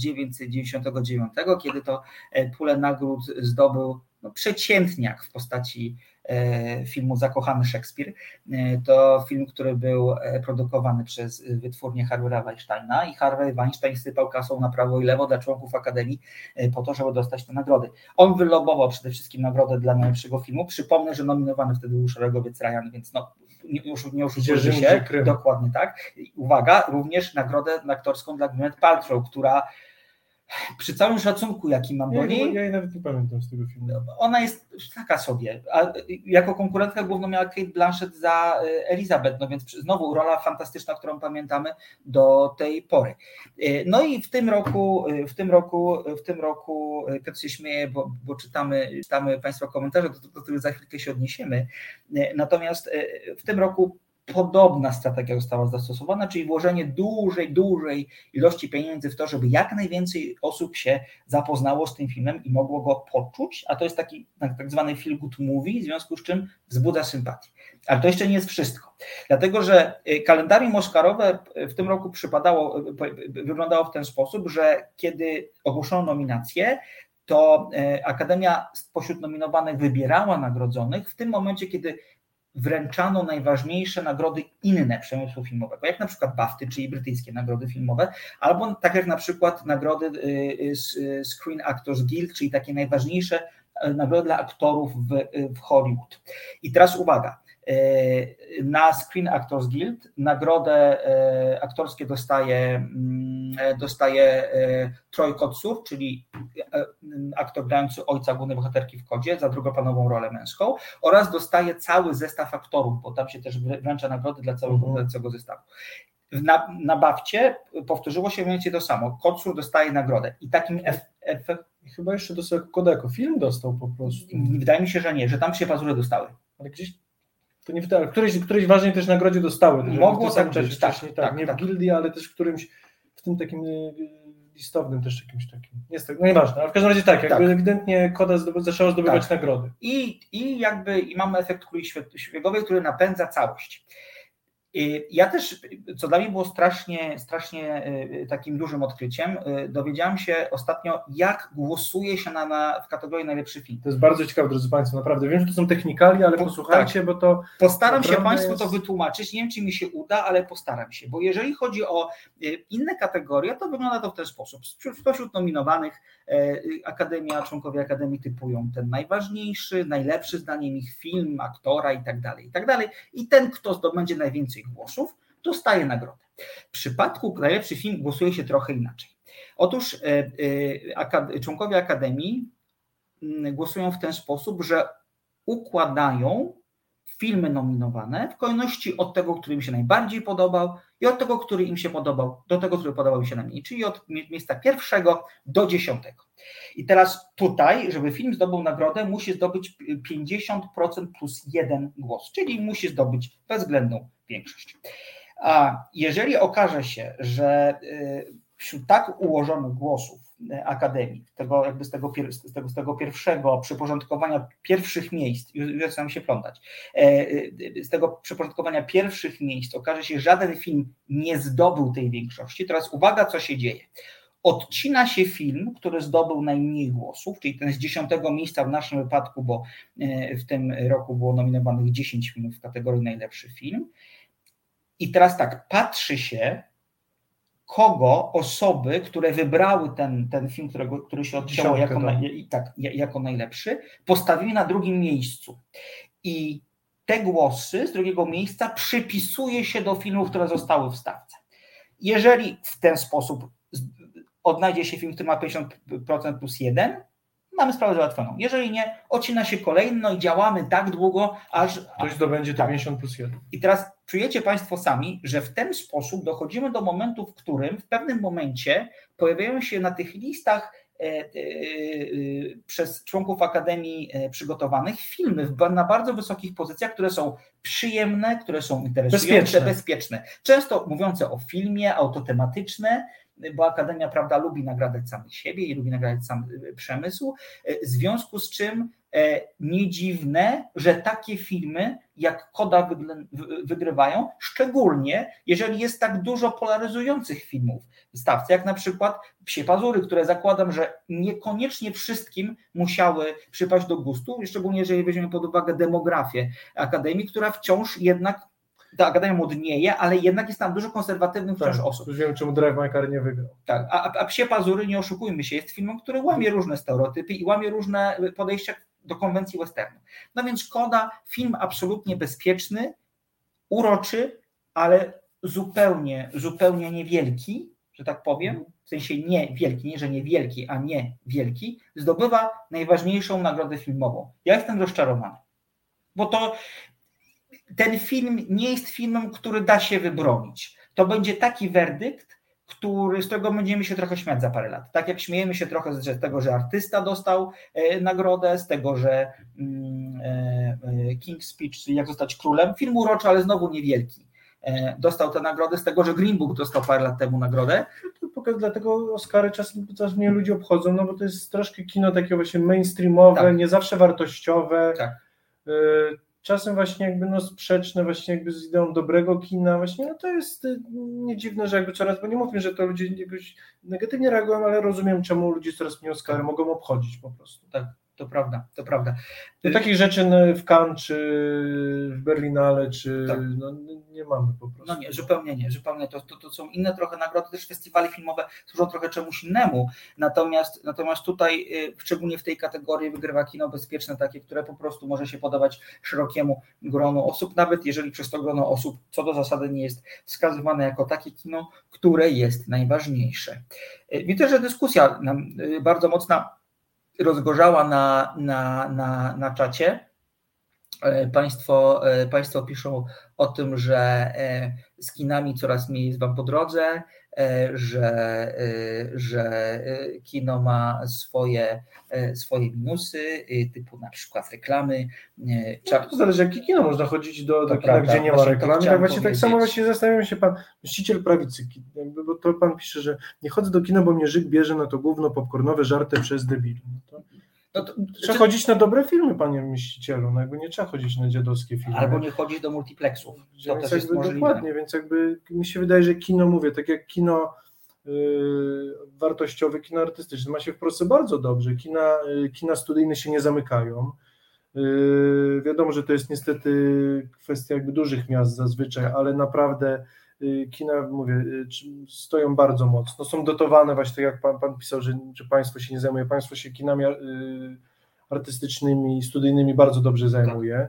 1999, kiedy to pulę nagród zdobył przeciętniak w postaci filmu Zakochany Szekspir. To film, który był produkowany przez wytwórnię Harvey'a Weinsteina i Harvey Weinstein sypał kasą na prawo i lewo dla członków Akademii po to, żeby dostać te nagrody. On wylobował przede wszystkim nagrodę dla najlepszego filmu. Przypomnę, że nominowany wtedy był Szeregowiec Ryan, więc nie oszukujmy się. Dokładnie tak. Uwaga, również nagrodę aktorską dla Gwyneth Paltrow, która Przy całym szacunku, jaki mam do niej... Ja jej nawet nie pamiętam z tego filmu. Ona jest taka sobie. A jako konkurentkę główną miała Cate Blanchett za Elizabeth, no więc znowu rola fantastyczna, którą pamiętamy do tej pory. No i w tym roku Piotr się śmieje, bo czytamy Państwa komentarze, do których za chwilkę się odniesiemy. Natomiast w tym roku podobna strategia została zastosowana, czyli włożenie dużej ilości pieniędzy w to, żeby jak najwięcej osób się zapoznało z tym filmem i mogło go poczuć, a to jest taki tak zwany feel good movie, w związku z czym wzbudza sympatię. Ale to jeszcze nie jest wszystko, dlatego że kalendarium oscarowe w tym roku wyglądało w ten sposób, że kiedy ogłoszono nominacje, to Akademia spośród nominowanych wybierała nagrodzonych w tym momencie, kiedy wręczano najważniejsze nagrody inne przemysłu filmowego, jak na przykład BAFTY, czyli brytyjskie nagrody filmowe, albo tak jak na przykład nagrody Screen Actors Guild, czyli takie najważniejsze nagrody dla aktorów w Hollywood. I teraz uwaga, na Screen Actors Guild nagrodę aktorskie dostaje Troy Kotsur, czyli aktor grający ojca głównej bohaterki w Kodzie za drugoplanową rolę męską, oraz dostaje cały zestaw aktorów, bo tam się też wręcza nagrody dla całego zestawu. Na BAFcie powtórzyło się mniej więcej to samo. Kotsur dostaje nagrodę i takim efektem... Chyba jeszcze dostał Kodeko. Film dostał po prostu. Wydaje mi się, że nie, że tam się pazury dostały. Ale gdzieś to nie wtedy, ale któryś ważnej też nagrodzie dostały. Mogło tak być, tak, nie w gildii, ale też w tym takim listownym też jakimś takim. Jest tak, no nieważne, ale w każdym razie tak, ewidentnie Koda zaczęła zdobywać nagrody. I mamy efekt kuli śniegowej, który napędza całość. Ja też, co dla mnie było strasznie takim dużym odkryciem, dowiedziałem się ostatnio, jak głosuje się w kategorii najlepszy film. To jest bardzo ciekawe, drodzy Państwo, naprawdę. Wiem, że to są technikali, ale posłuchajcie, bo to... Postaram się Państwu to wytłumaczyć, nie wiem, czy mi się uda, ale postaram się, bo jeżeli chodzi o inne kategorie, to wygląda to w ten sposób. Spośród nominowanych członkowie Akademii typują ten najważniejszy, najlepszy zdaniem ich film, aktora i tak dalej. I ten, kto zdobędzie najwięcej głosów, dostaje nagrodę. W przypadku najlepszy film głosuje się trochę inaczej. Otóż członkowie Akademii głosują w ten sposób, że układają filmy nominowane w kolejności od tego, który im się najbardziej podobał i od tego, który im się podobał, do tego, który podobał im się najmniej, czyli od miejsca 1 do 10. I teraz tutaj, żeby film zdobył nagrodę, musi zdobyć 50% plus 1 głos, czyli musi zdobyć bezwzględną większość. A jeżeli okaże się, że wśród tak ułożonych głosów Akademii, z tego pierwszego przyporządkowania pierwszych miejsc, już zaczynam się plątać, z tego przyporządkowania pierwszych miejsc okaże się, że żaden film nie zdobył tej większości, teraz uwaga, co się dzieje. Odcina się film, który zdobył najmniej głosów, czyli ten z 10 miejsca w naszym wypadku, bo w tym roku było nominowanych 10 filmów w kategorii najlepszy film. I teraz tak, patrzy się, kogo osoby, które wybrały ten film, który się odcięło jako najlepszy, postawiły na drugim miejscu. I te głosy z drugiego miejsca przypisuje się do filmów, które zostały w stawce. Jeżeli w ten sposób odnajdzie się film, który ma 50% plus 1, mamy sprawę załatwioną. Jeżeli nie, odcina się kolejno i działamy tak długo, aż... Ktoś zdobędzie 50 plus 1. I teraz czujecie Państwo sami, że w ten sposób dochodzimy do momentu, w którym w pewnym momencie pojawiają się na tych listach przez członków Akademii przygotowanych filmy na bardzo wysokich pozycjach, które są przyjemne, które są interesujące, bezpieczne. Często mówiące o filmie, autotematyczne, bo Akademia, prawda, lubi nagradzać samych siebie i lubi nagradzać sam przemysł, w związku z czym nie dziwne, że takie filmy jak Koda wygrywają, szczególnie jeżeli jest tak dużo polaryzujących filmów w stawce, jak na przykład Psie Pazury, które zakładam, że niekoniecznie wszystkim musiały przypaść do gustu, szczególnie jeżeli weźmiemy pod uwagę demografię Akademii, która wciąż jednak, ta Akademia młodnieje, ale jednak jest tam dużo konserwatywnych wciąż osób. Już wiem, czemu Drive My Car nie wygrał. Tak, a Psie Pazury, nie oszukujmy się, jest filmem, który łamie różne stereotypy i łamie różne podejścia do konwencji westernu. No więc Koda, film absolutnie bezpieczny, uroczy, ale zupełnie niewielki, że tak powiem, w sensie nie wielki, nie że nie wielki, a nie wielki, zdobywa najważniejszą nagrodę filmową. Ja jestem rozczarowany, bo ten film nie jest filmem, który da się wybronić. To będzie taki werdykt, z którego będziemy się trochę śmiać za parę lat. Tak jak śmiejemy się trochę z tego, że artysta dostał nagrodę, z tego, że King's Speech, czyli Jak zostać królem, film uroczy, ale znowu niewielki, dostał tę nagrodę, z tego, że Green Book dostał parę lat temu nagrodę. Dlatego Oscary czasem mnie ludzie obchodzą, no bo to jest troszkę kino takie właśnie mainstreamowe, tak. Nie zawsze wartościowe. Tak. Czasem właśnie jakby sprzeczne właśnie jakby z ideą dobrego kina, właśnie no to jest nie dziwne, że jakby coraz, bo nie mówię, że to ludzie jakoś negatywnie reagują, ale rozumiem, czemu ludzie coraz mniej Oscary mogą obchodzić po prostu. Tak, to prawda, to prawda. Do takich rzeczy w Cannes, czy w Berlinale, czy tak. Nie mamy po prostu. No nie, zupełnie nie, zupełnie to są inne trochę nagrody, też festiwale filmowe służą trochę czemuś innemu, natomiast tutaj, szczególnie w tej kategorii wygrywa kino bezpieczne, takie, które po prostu może się podobać szerokiemu gronu osób, nawet jeżeli przez to grono osób co do zasady nie jest wskazywane jako takie kino, które jest najważniejsze. Widzę, że dyskusja nam bardzo mocna rozgorzała na czacie. Państwo piszą o tym, że z kinami coraz mniej jest wam po drodze, że kino ma swoje minusy, typu na przykład reklamy. To zależy, jakie kino można chodzić do kina, prawda, gdzie nie ma reklamy. Tak właśnie tak samo właśnie zastanawiam się pan, mściciel prawicy, bo to pan pisze, że nie chodzę do kina, bo mnie Żyk bierze na to gówno popcornowe żarty przez debili. Trzeba chodzić na dobre filmy, panie mścicielu, no jakby nie trzeba chodzić na dziadowskie filmy. Albo nie chodzić do multiplexów. To też jest możliwe. Dokładnie, więc jakby mi się wydaje, że kino, mówię, tak jak kino wartościowe, kino artystyczne ma się w Polsce bardzo dobrze. Kina studyjne się nie zamykają. Wiadomo, że to jest niestety kwestia jakby dużych miast zazwyczaj, ale naprawdę kina, mówię, stoją bardzo mocno. Są dotowane właśnie, tak jak pan pisał, że państwo się nie zajmuje. Państwo się kinami artystycznymi, studyjnymi bardzo dobrze zajmuje.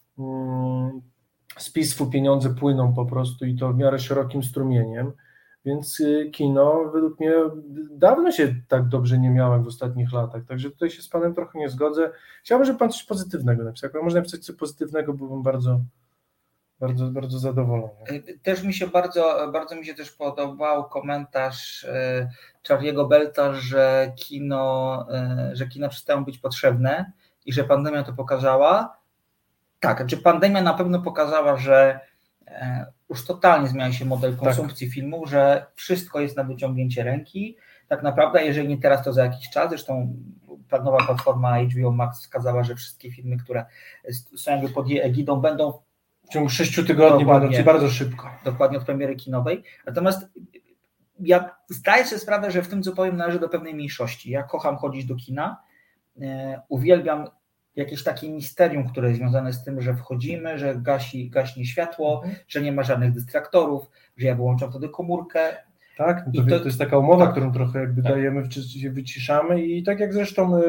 Z PISF-u pieniądze płyną po prostu i to w miarę szerokim strumieniem, więc kino według mnie dawno się tak dobrze nie miało jak w ostatnich latach, także tutaj się z panem trochę nie zgodzę. Chciałbym, żeby pan coś pozytywnego napisał. Jak można napisać coś pozytywnego, byłbym bardzo zadowolony. Też mi się bardzo mi się też podobał komentarz Charlie'ego Belta, że kina przestają być potrzebne i że pandemia to pokazała. Tak, znaczy pandemia na pewno pokazała, że już totalnie zmienia się model konsumpcji filmu, że wszystko jest na wyciągnięcie ręki. Tak naprawdę, jeżeli nie teraz, to za jakiś czas. Zresztą nowa platforma HBO Max wskazała, że wszystkie filmy, które są jakby pod jej egidą, będą w ciągu 6 tygodni będą bardzo szybko. Dokładnie od premiery kinowej. Natomiast ja zdaję sobie sprawę, że w tym, co powiem, należy do pewnej mniejszości. Ja kocham chodzić do kina, uwielbiam jakieś takie misterium, które jest związane z tym, że wchodzimy, że gaśnie światło, że nie ma żadnych dystraktorów, że ja wyłączam wtedy komórkę. Tak, to jest taka umowa, którą trochę jakby dajemy, się wyciszamy i tak jak zresztą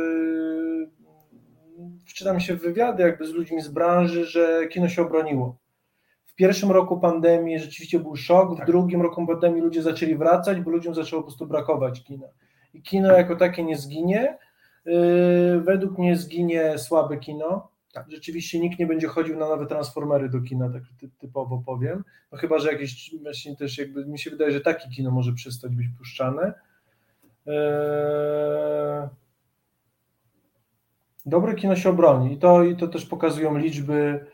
wczytam się w wywiady jakby z ludźmi z branży, że kino się obroniło. W pierwszym roku pandemii rzeczywiście był szok, w drugim roku pandemii ludzie zaczęli wracać, bo ludziom zaczęło po prostu brakować kina. I kino jako takie nie zginie. Według mnie zginie słabe kino. Tak. Rzeczywiście nikt nie będzie chodził na nowe Transformery do kina, tak typowo powiem. No chyba, że jakieś właśnie też jakby mi się wydaje, że takie kino może przestać być puszczane. Dobre kino się obroni i to też pokazują liczby.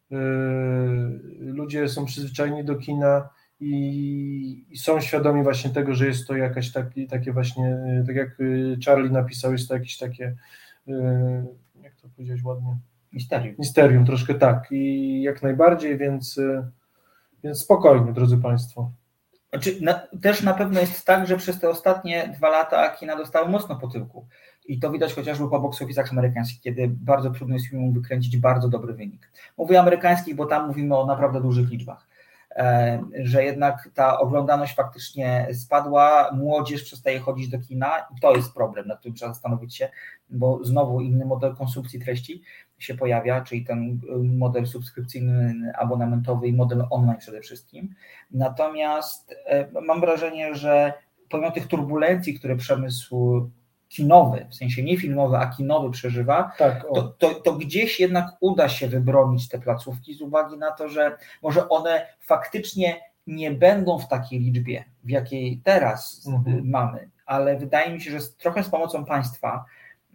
Ludzie są przyzwyczajeni do kina i są świadomi właśnie tego, że jest to jakaś takie właśnie, tak jak Charlie napisał, jest to jakieś takie, jak to powiedziałeś ładnie? Misterium, troszkę tak i jak najbardziej, więc spokojnie, drodzy Państwo. Znaczy, też na pewno jest tak, że przez te ostatnie 2 lata kina dostały mocno po tyłku. I to widać chociażby po box office'ach amerykańskich, kiedy bardzo trudno jest filmom wykręcić bardzo dobry wynik. Mówię amerykańskich, bo tam mówimy o naprawdę dużych liczbach. Że jednak ta oglądalność faktycznie spadła, młodzież przestaje chodzić do kina i to jest problem, nad którym trzeba zastanowić się, bo znowu inny model konsumpcji treści się pojawia, czyli ten model subskrypcyjny, abonamentowy i model online przede wszystkim. Natomiast mam wrażenie, że pomimo tych turbulencji, które przemysł kinowy, w sensie nie filmowy, a kinowy przeżywa, tak, to gdzieś jednak uda się wybronić te placówki z uwagi na to, że może one faktycznie nie będą w takiej liczbie, w jakiej teraz mamy, ale wydaje mi się, że trochę z pomocą państwa,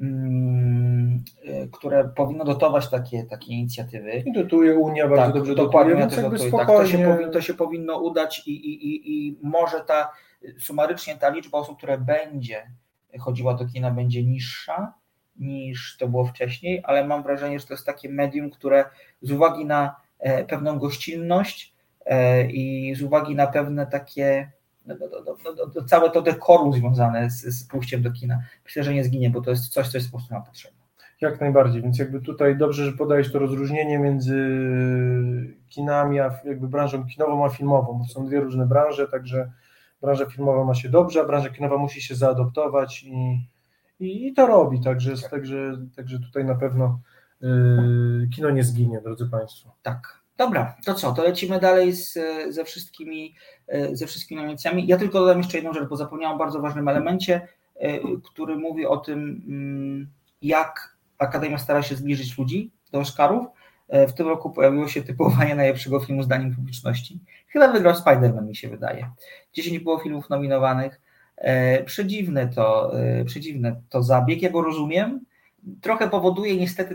które powinno dotować takie inicjatywy. I dotuje Unia bardzo dobrze dokładnie, dotuje, więc jakby spokojnie. To się powinno udać i może sumarycznie ta liczba osób, które będzie chodziła do kina, będzie niższa niż to było wcześniej, ale mam wrażenie, że to jest takie medium, które z uwagi na pewną gościnność i z uwagi na pewne takie całe to dekorum związane z pójściem do kina, myślę, że nie zginie, bo to jest coś, co jest po prostu nam potrzebne. Jak najbardziej, więc jakby tutaj dobrze, że podajesz to rozróżnienie między kinami, a jakby branżą kinową a filmową, bo są dwie różne branże, także branża filmowa ma się dobrze, a branża kinowa musi się zaadoptować i to robi, także tutaj na pewno kino nie zginie, drodzy Państwo. Tak. Dobra, to co? To lecimy dalej ze wszystkimi nominacjami. Ja tylko dodam jeszcze jedną rzecz, bo zapomniałam o bardzo ważnym elemencie, który mówi o tym, jak Akademia stara się zbliżyć ludzi do Oscarów. W tym roku pojawiło się typowanie najlepszego filmu zdaniem publiczności. Chyba wygrał Spider-Man, mi się wydaje. 10 było filmów nominowanych. Przedziwne to zabieg, ja go rozumiem. Trochę powoduje niestety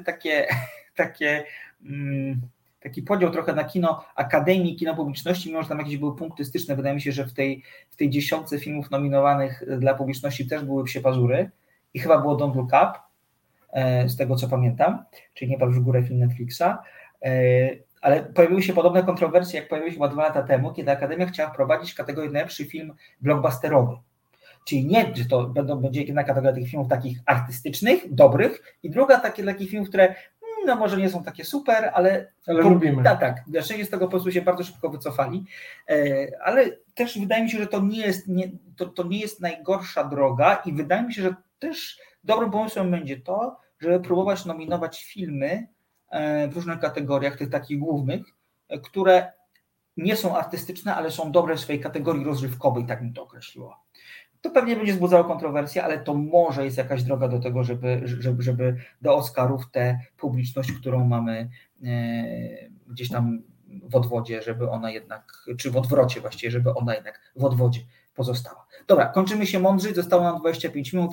taki podział trochę na kino akademii, kino publiczności, mimo że tam jakieś były punkty styczne. Wydaje mi się, że w tej 10 filmów nominowanych dla publiczności też były psie pazury i chyba było Don't Look Up, z tego co pamiętam, czyli Nie patrz w górę, film Netflixa, ale pojawiły się podobne kontrowersje, jak pojawiły się chyba 2 lata temu, kiedy Akademia chciała wprowadzić kategorię najlepszy film blockbusterowy. Czyli nie, że to będzie jedna kategoria tych filmów takich artystycznych, dobrych i druga takich filmów, które no może nie są takie super, ale lubimy. Tak, na szczęście z tego po prostu się bardzo szybko wycofali, ale też wydaje mi się, że to nie jest najgorsza droga i wydaje mi się, że też dobrym pomysłem będzie to, żeby próbować nominować filmy w różnych kategoriach, tych takich głównych, które nie są artystyczne, ale są dobre w swojej kategorii rozrywkowej, tak mi to określiło. To pewnie będzie wzbudzało kontrowersję, ale to może jest jakaś droga do tego, żeby do Oscarów tę publiczność, którą mamy gdzieś tam w odwodzie, żeby ona jednak, czy w odwrocie właściwie, żeby ona jednak w odwodzie pozostała. Dobra, kończymy się mądrzej, zostało nam 25 minut,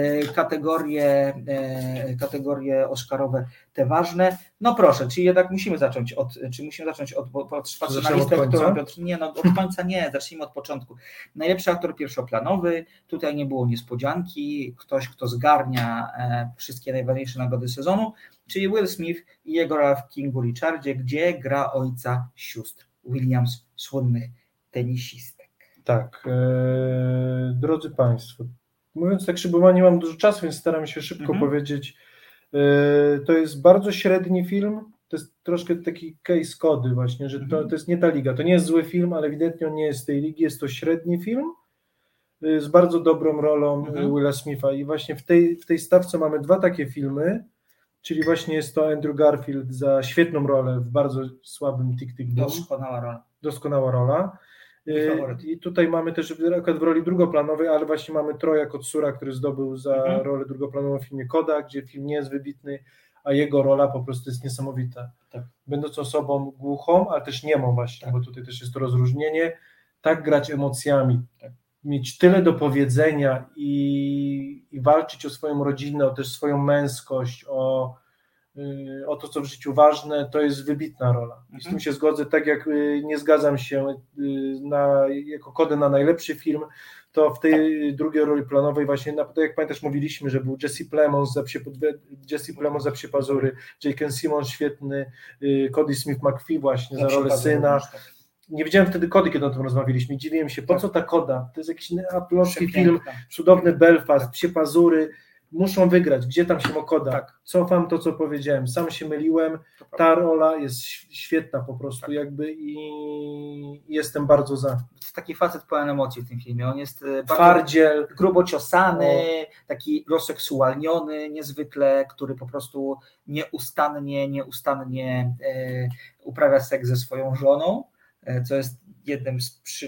kategorie oscarowe te ważne. No proszę, czyli jednak musimy zacząć od patrzę na listę, którą Piotr, od końca nie, zacznijmy od początku. Najlepszy aktor pierwszoplanowy, tutaj nie było niespodzianki, ktoś, kto zgarnia wszystkie najważniejsze nagrody sezonu, czyli Will Smith i jego rola w Kingu Richardzie, gdzie gra ojca sióstr Williams, słynnych tenisistek. Tak, drodzy Państwo, mówiąc tak szybko, nie mam dużo czasu, więc staram się szybko powiedzieć. To jest bardzo średni film, to jest troszkę taki case kody właśnie, że to jest nie ta liga, to nie jest zły film, ale ewidentnie on nie jest z tej ligi, jest to średni film z bardzo dobrą rolą Willa Smitha i właśnie w tej stawce mamy 2 takie filmy, czyli właśnie jest to Andrew Garfield za świetną rolę w bardzo słabym Tick, Tick, Boom. Doskonała rola. I tutaj mamy też akurat w roli drugoplanowej, ale właśnie mamy Troja Kotsura, który zdobył za rolę drugoplanową w filmie Koda, gdzie film nie jest wybitny, a jego rola po prostu jest niesamowita. Tak. Będąc osobą głuchą, ale też niemą właśnie, bo tutaj też jest to rozróżnienie, tak grać emocjami, mieć tyle do powiedzenia i walczyć o swoją rodzinę, o też swoją męskość, o to, co w życiu ważne, to jest wybitna rola. I z tym się zgodzę, tak jak nie zgadzam się jako kodę na najlepszy film, to w tej drugiej roli planowej właśnie, tak jak pamiętasz, mówiliśmy, że był Jesse Plemons za Psie pazury, J.K. Simmons świetny, Cody Smith-McPhee właśnie za rolę syna. Nie widziałem wtedy Kody, kiedy o tym rozmawialiśmy. Dziwiłem się, po co ta koda? To jest jakiś neapolski film, cudowny Belfast, Psie pazury, muszą wygrać, gdzie tam się Mokoda. Tak. Cofam to, co powiedziałem, sam się myliłem, ta rola jest świetna po prostu jakby i jestem bardzo za. To jest taki facet pełen emocji w tym filmie, on jest twardziel, grubo ciosany, taki rozseksualniony niezwykle, który po prostu nieustannie uprawia seks ze swoją żoną, co jest jednym z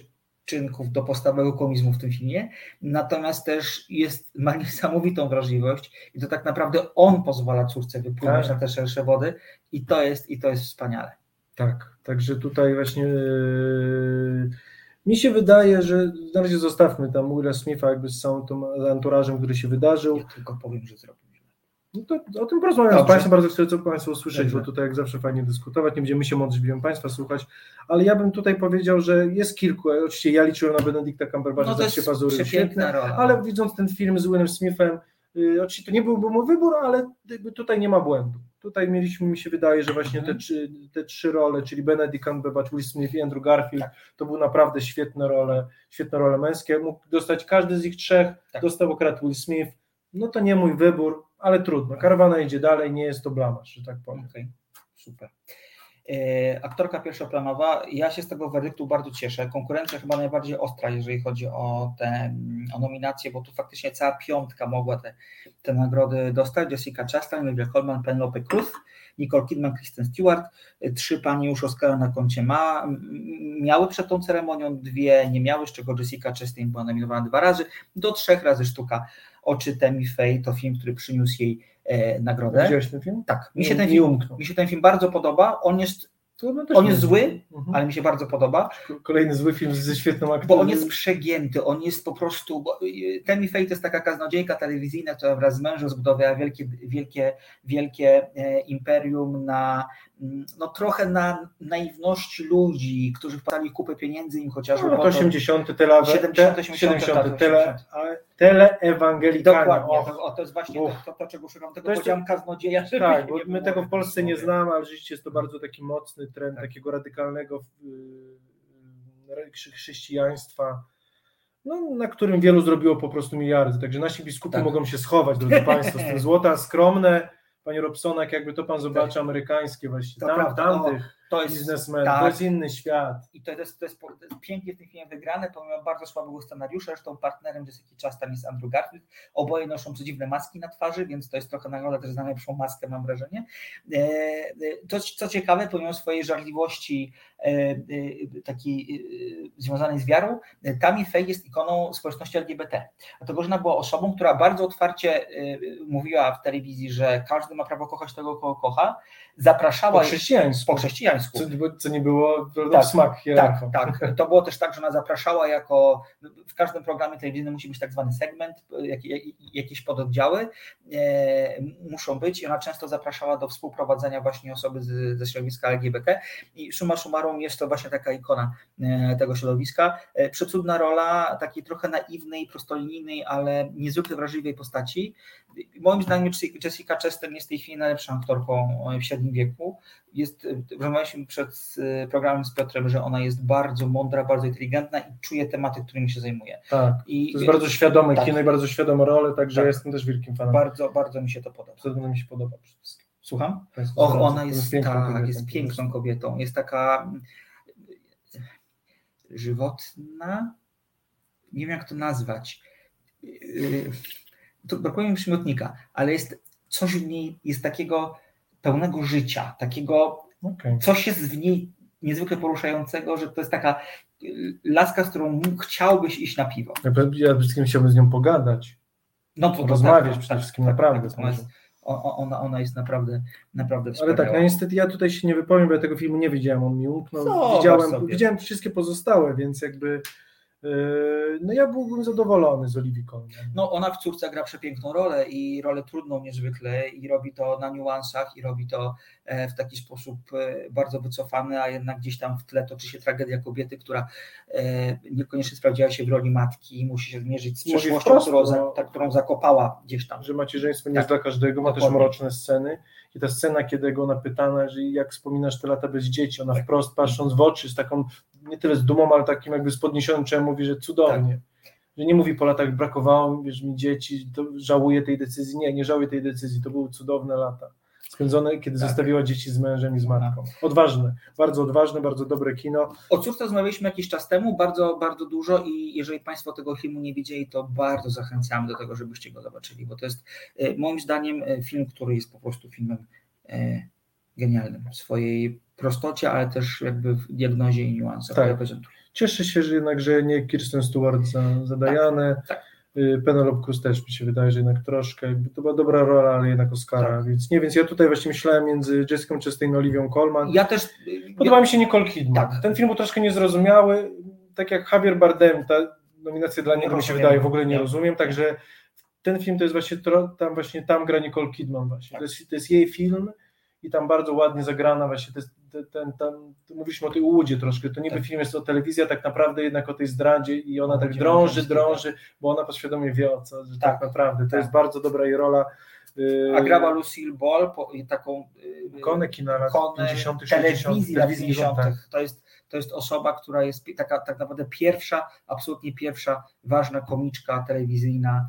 przyczynków do podstawowego komizmu w tym filmie, natomiast też ma niesamowitą wrażliwość i to tak naprawdę on pozwala córce wypłynąć na te szersze wody i to jest wspaniale. Tak, także tutaj właśnie mi się wydaje, że na razie zostawmy tam Willa Smitha jakby z całym tym anturażem, który się wydarzył. Ja tylko powiem, że zrobił. No to o tym porozmawiam z Państwem, bardzo chcę co Państwo usłyszeć, bo tutaj jak zawsze fajnie dyskutować, nie będziemy się mądrzyć, będziemy Państwa słuchać, ale ja bym tutaj powiedział, że jest kilku, oczywiście ja liczyłem na Benedicta Cumberbatcha, to jest pazury świetna rola. Ale widząc ten film z Willem Smithem, oczywiście to nie byłby mój wybór, ale tutaj nie ma błędu. Tutaj mieliśmy, mi się wydaje, że właśnie te trzy role, czyli Benedict Cumberbatch, Will Smith i Andrew Garfield, to były naprawdę świetne role męskie. Mógł dostać każdy z ich trzech, dostał akurat Will Smith, no to nie mój wybór, ale trudno. Karawana idzie dalej, nie jest to blamaż, że tak powiem. Okay. Super. Aktorka pierwszoplanowa, ja się z tego werdyktu bardzo cieszę. Konkurencja chyba najbardziej ostra, jeżeli chodzi o nominacje, bo tu faktycznie cała piątka mogła te nagrody dostać. Jessica Chastain, Olivia Colman, Penelope Cruz, Nicole Kidman, Kristen Stewart. 3 panie już Oscara na koncie miały przed tą ceremonią, 2 nie miały, z czego Jessica Chastain była nominowana 2 razy, do 3 razy sztuka. Oczy Tammy Faye to film, który przyniósł jej nagrodę. Widziałeś ten film? Tak, mi się ten film bardzo podoba. On jest zły, ale mi się bardzo podoba. Kolejny zły film ze świetną aktorką. Bo on jest przegięty, on jest po prostu... Tammy Faye to jest taka kaznodziejka telewizyjna, która wraz z mężem zbudowała wielkie imperium trochę na naiwności ludzi, którzy wpadali kupę pieniędzy im chociażby... No to 80. 70. Teleewangelikanie. Dokładnie, to jest właśnie to czego szukam, tego powiedziałem kaznodzieja. Tak, bo my tego w Polsce nie znamy, ale rzeczywiście jest to bardzo taki mocny trend takiego radykalnego chrześcijaństwa, na którym wielu zrobiło po prostu miliardy, także nasi biskupi mogą się schować, drodzy Państwo, z tym złota skromne, Panie Robsonak, jakby to Pan zobaczy, amerykańskie właśnie, tamtych biznesmenów, to jest inny świat. I to jest pięknie w tym filmie wygrane, pomimo bardzo słabego scenariusza, zresztą partnerem Jessica Chastain jest Andrew Garfield, oboje noszą przedziwne maski na twarzy, więc to jest trochę nagroda też za najlepszą maskę, mam wrażenie. To, co ciekawe, pomimo swojej żarliwości takiej związanej z wiarą, Tammy Faye jest ikoną społeczności LGBT. Dlatego, że ona była osobą, która bardzo otwarcie mówiła w telewizji, że każdy ma prawo kochać tego, kogo kocha. Zapraszała po chrześcijańsku. Co nie było smak. Tak. To było też tak, że ona zapraszała w każdym programie telewizyjnym musi być tak zwany segment, jakieś pododdziały muszą być i ona często zapraszała do współprowadzenia właśnie osoby ze środowiska LGBT i summa summarum jest to właśnie taka ikona tego środowiska. Przecudna rola takiej trochę naiwnej, prostolinijnej, ale niezwykle wrażliwej postaci. Moim zdaniem Jessica Chastain jest w tej chwili najlepszą aktorką w średnim wieku. Rozmawialiśmy przed programem z Piotrem, że ona jest bardzo mądra, bardzo inteligentna i czuje tematy, którymi się zajmuje. Tak, to jest bardzo świadome kino i bardzo świadome role, także jestem też wielkim fanem. Bardzo mi się to podoba. Bardzo mi się podoba przede wszystkim. Słucham? Ona jest piękną kobietą. Jest taka żywotna, nie wiem jak to nazwać. To brakuje mi przymiotnika, ale jest coś w niej, jest takiego pełnego życia, takiego, coś jest w niej niezwykle poruszającego, że to jest taka laska, z którą chciałbyś iść na piwo. Ja przede wszystkim chciałbym z nią pogadać, rozmawiać przede wszystkim, naprawdę. Ona jest naprawdę wspaniała. Ale tak, niestety ja tutaj się nie wypowiem, bo ja tego filmu nie widziałem, on mi umknął. Widziałem wszystkie pozostałe, więc jakby ja byłbym zadowolony z Olivii Colman. Ona w Córce gra przepiękną rolę i rolę trudną niezwykle i robi to na niuansach i robi to w taki sposób bardzo wycofany, a jednak gdzieś tam w tle toczy się tragedia kobiety, która niekoniecznie sprawdziła się w roli matki i musi się zmierzyć z przeszłością, którą zakopała gdzieś tam. Że macierzyństwo nie jest dla każdego, ma też mroczne sceny i ta scena, kiedy go ona pytana, że jak wspominasz te lata bez dzieci, ona wprost patrząc w oczy z taką, nie tyle z dumą, ale takim jakby z podniesionym czołem mówi, że cudownie. Że nie mówi po latach brakowało mi dzieci, to żałuję tej decyzji. Nie żałuję tej decyzji, to były cudowne lata. Spędzone, kiedy zostawiła dzieci z mężem i z matką. Odważne, bardzo dobre kino. O Córce rozmawialiśmy jakiś czas temu, bardzo, bardzo dużo i jeżeli Państwo tego filmu nie widzieli, to bardzo zachęcamy do tego, żebyście go zobaczyli, bo to jest moim zdaniem film, który jest po prostu filmem genialnym w swojej prostocie, ale też jakby w diagnozie i niuansach, które prezentuje. Cieszę się, że jednak, że nie Kirsten Stewart za Dianę. Tak. Penelope Cruz też mi się wydaje, że jednak troszkę, jakby to była dobra rola, ale jednak Oscara, więc nie, więc ja tutaj właśnie myślałem między Jessica Chastain i Olivią Colman. Ja też... Podoba mi się Nicole Kidman. Tak. Ten film był troszkę niezrozumiały, tak jak Javier Bardem, ta nominacja dla niego mi się wydaje, w ogóle nie rozumiem, także ten film to jest właśnie tam gra Nicole Kidman właśnie. Tak. To jest jej film i tam bardzo ładnie zagrana właśnie, mówiliśmy o tej ułudzie troszkę, to niby film jest o telewizji, a tak naprawdę jednak o tej zdradzie i ona tak drąży, bo ona podświadomie wie o co, że tak naprawdę, to jest bardzo dobra jej rola. A grała Lucille Ball, taką ikonę kina lat 50., telewizji lat 50. Tak. To jest osoba, która jest tak naprawdę absolutnie pierwsza ważna komiczka telewizyjna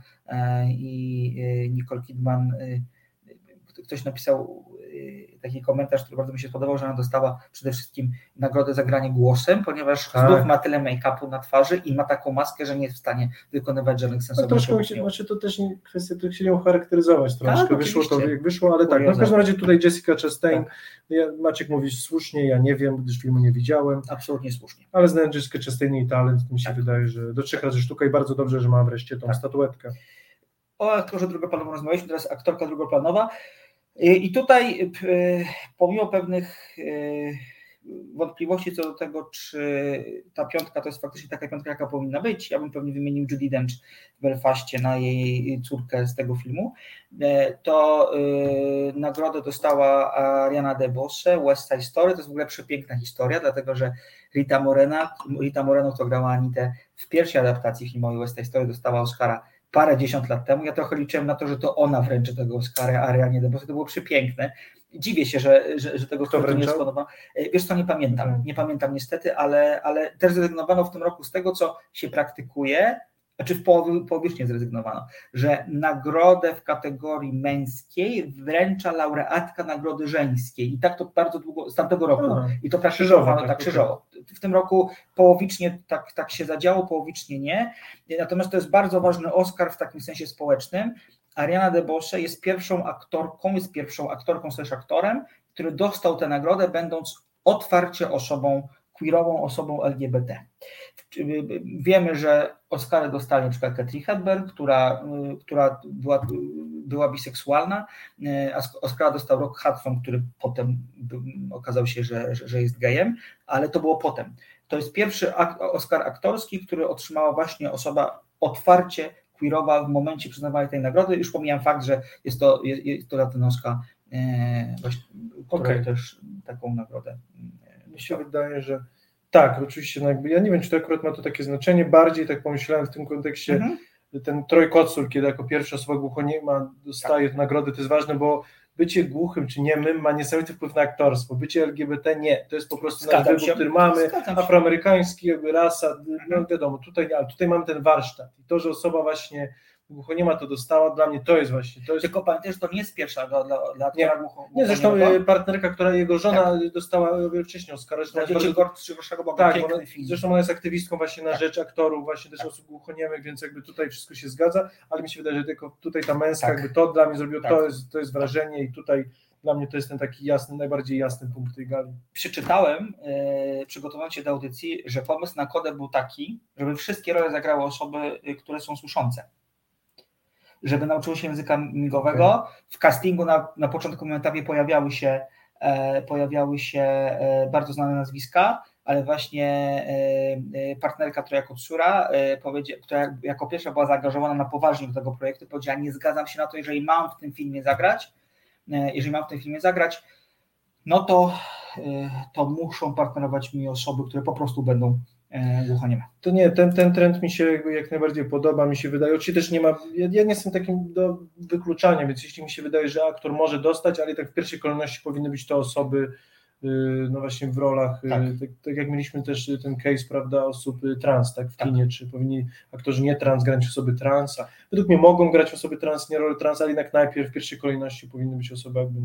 i Nicole Kidman. Ktoś napisał taki komentarz, który bardzo mi się spodobał, że ona dostała przede wszystkim nagrodę za granie głosem, ponieważ znów ma tyle make-upu na twarzy i ma taką maskę, że nie jest w stanie wykonywać żadnych sensownych ruchów. To też kwestia, to chcieli ją charakteryzować troszkę, wyszło to jak wyszło, ale tak, w każdym razie tutaj Jessica Chastain, Maciek mówi słusznie, ja nie wiem, gdyż filmu nie widziałem. Absolutnie słusznie. Ale znając Jessica Chastain i talent, mi się wydaje, że do 3 razy sztuka i bardzo dobrze, że ma wreszcie tą statuetkę. O aktorze drugoplanowym rozmawialiśmy, teraz aktorka drugoplanowa. I tutaj pomimo pewnych wątpliwości co do tego, czy ta piątka to jest faktycznie taka piątka, jaka powinna być, ja bym pewnie wymienił Judi Dench w Belfaście na jej córkę z tego filmu, to nagrodę dostała Ariana DeBose, West Side Story, to jest w ogóle przepiękna historia, dlatego że Rita Moreno, która grała Anitę w pierwszej adaptacji filmowej West Side Story, dostała Oscara parędziesiąt lat temu. Ja trochę liczyłem na to, że to ona wręczy tego Oscara Arianie DeBose, to było przepiękne. Dziwię się, że tego ktoś nie spodoba. Wiesz co, nie pamiętam. Nie pamiętam niestety, ale też zrezygnowano w tym roku z tego, co się praktykuje, znaczy w połowie zrezygnowano, że nagrodę w kategorii męskiej wręcza laureatka nagrody żeńskiej. I tak to bardzo długo, z tamtego roku. I to praktykowano tak krzyżowo. W tym roku połowicznie tak się zadziało, połowicznie nie. Natomiast to jest bardzo ważny Oscar w takim sensie społecznym. Ariana DeBose jest pierwszą aktorką slash aktorem, który dostał tę nagrodę, będąc otwarcie queerową osobą LGBT. Wiemy, że Oscary dostali na przykład Katharine Hepburn, która była biseksualna, a Oscara dostał Rock Hudson, który potem okazał się, że jest gejem, ale to było potem. To jest pierwszy Oscar aktorski, który otrzymała właśnie osoba otwarcie queerowa w momencie przyznawania tej nagrody. Już pomijam fakt, że jest to latynoska, która też taką nagrodę. Mi się wydaje, że tak, oczywiście, no jakby ja nie wiem, czy to akurat ma to takie znaczenie, bardziej tak pomyślałem w tym kontekście, ten Troy Kotsur, kiedy jako pierwsza osoba głuchoniema dostaje nagrodę, to jest ważne, bo bycie głuchym czy niemym ma niesamowity wpływ na aktorstwo, bycie LGBT nie, to jest po prostu nasz wybór, który mamy, afroamerykański, jakby rasa, no wiadomo, tutaj mamy ten warsztat i to, że osoba właśnie głuchoniema to dostała, dla mnie to jest właśnie. Tylko pamiętaj, że to nie jest pierwsza dla aktora głuchoniemego. Nie, zresztą partnerka, jego żona dostała wcześniej Oscara. Zresztą ona jest aktywistką właśnie na rzecz aktorów, właśnie też osób głuchoniemych, więc jakby tutaj wszystko się zgadza, ale mi się wydaje, że tylko tutaj ta męska, jakby to dla mnie zrobiło, to jest wrażenie i tutaj dla mnie to jest ten taki jasny, najbardziej jasny punkt tej gali. Przeczytałem, przygotowując się do audycji, że pomysł na kodę był taki, żeby wszystkie role zagrały osoby, które są słyszące. Żeby nauczyły się języka migowego. W castingu na początkowym etapie pojawiały się bardzo znane nazwiska, ale właśnie partnerka Troja Kotsura, która jako pierwsza była zaangażowana na poważnie do tego projektu, powiedziała: nie zgadzam się na to, jeżeli mam w tym filmie zagrać, no to muszą partnerować mi osoby, które po prostu będą głuchonieme. To nie, ten trend mi się jak najbardziej podoba, mi się wydaje, oczywiście też nie ma, ja nie jestem takim do wykluczania, więc jeśli mi się wydaje, że aktor może dostać, ale tak w pierwszej kolejności powinny być to osoby, no właśnie w rolach, tak jak mieliśmy też ten case, prawda, osób trans, tak, w kinie, czy powinni aktorzy nie trans grać osoby trans, a według mnie mogą grać osoby trans, nie role trans, ale jednak najpierw w pierwszej kolejności powinny być osoby jakby,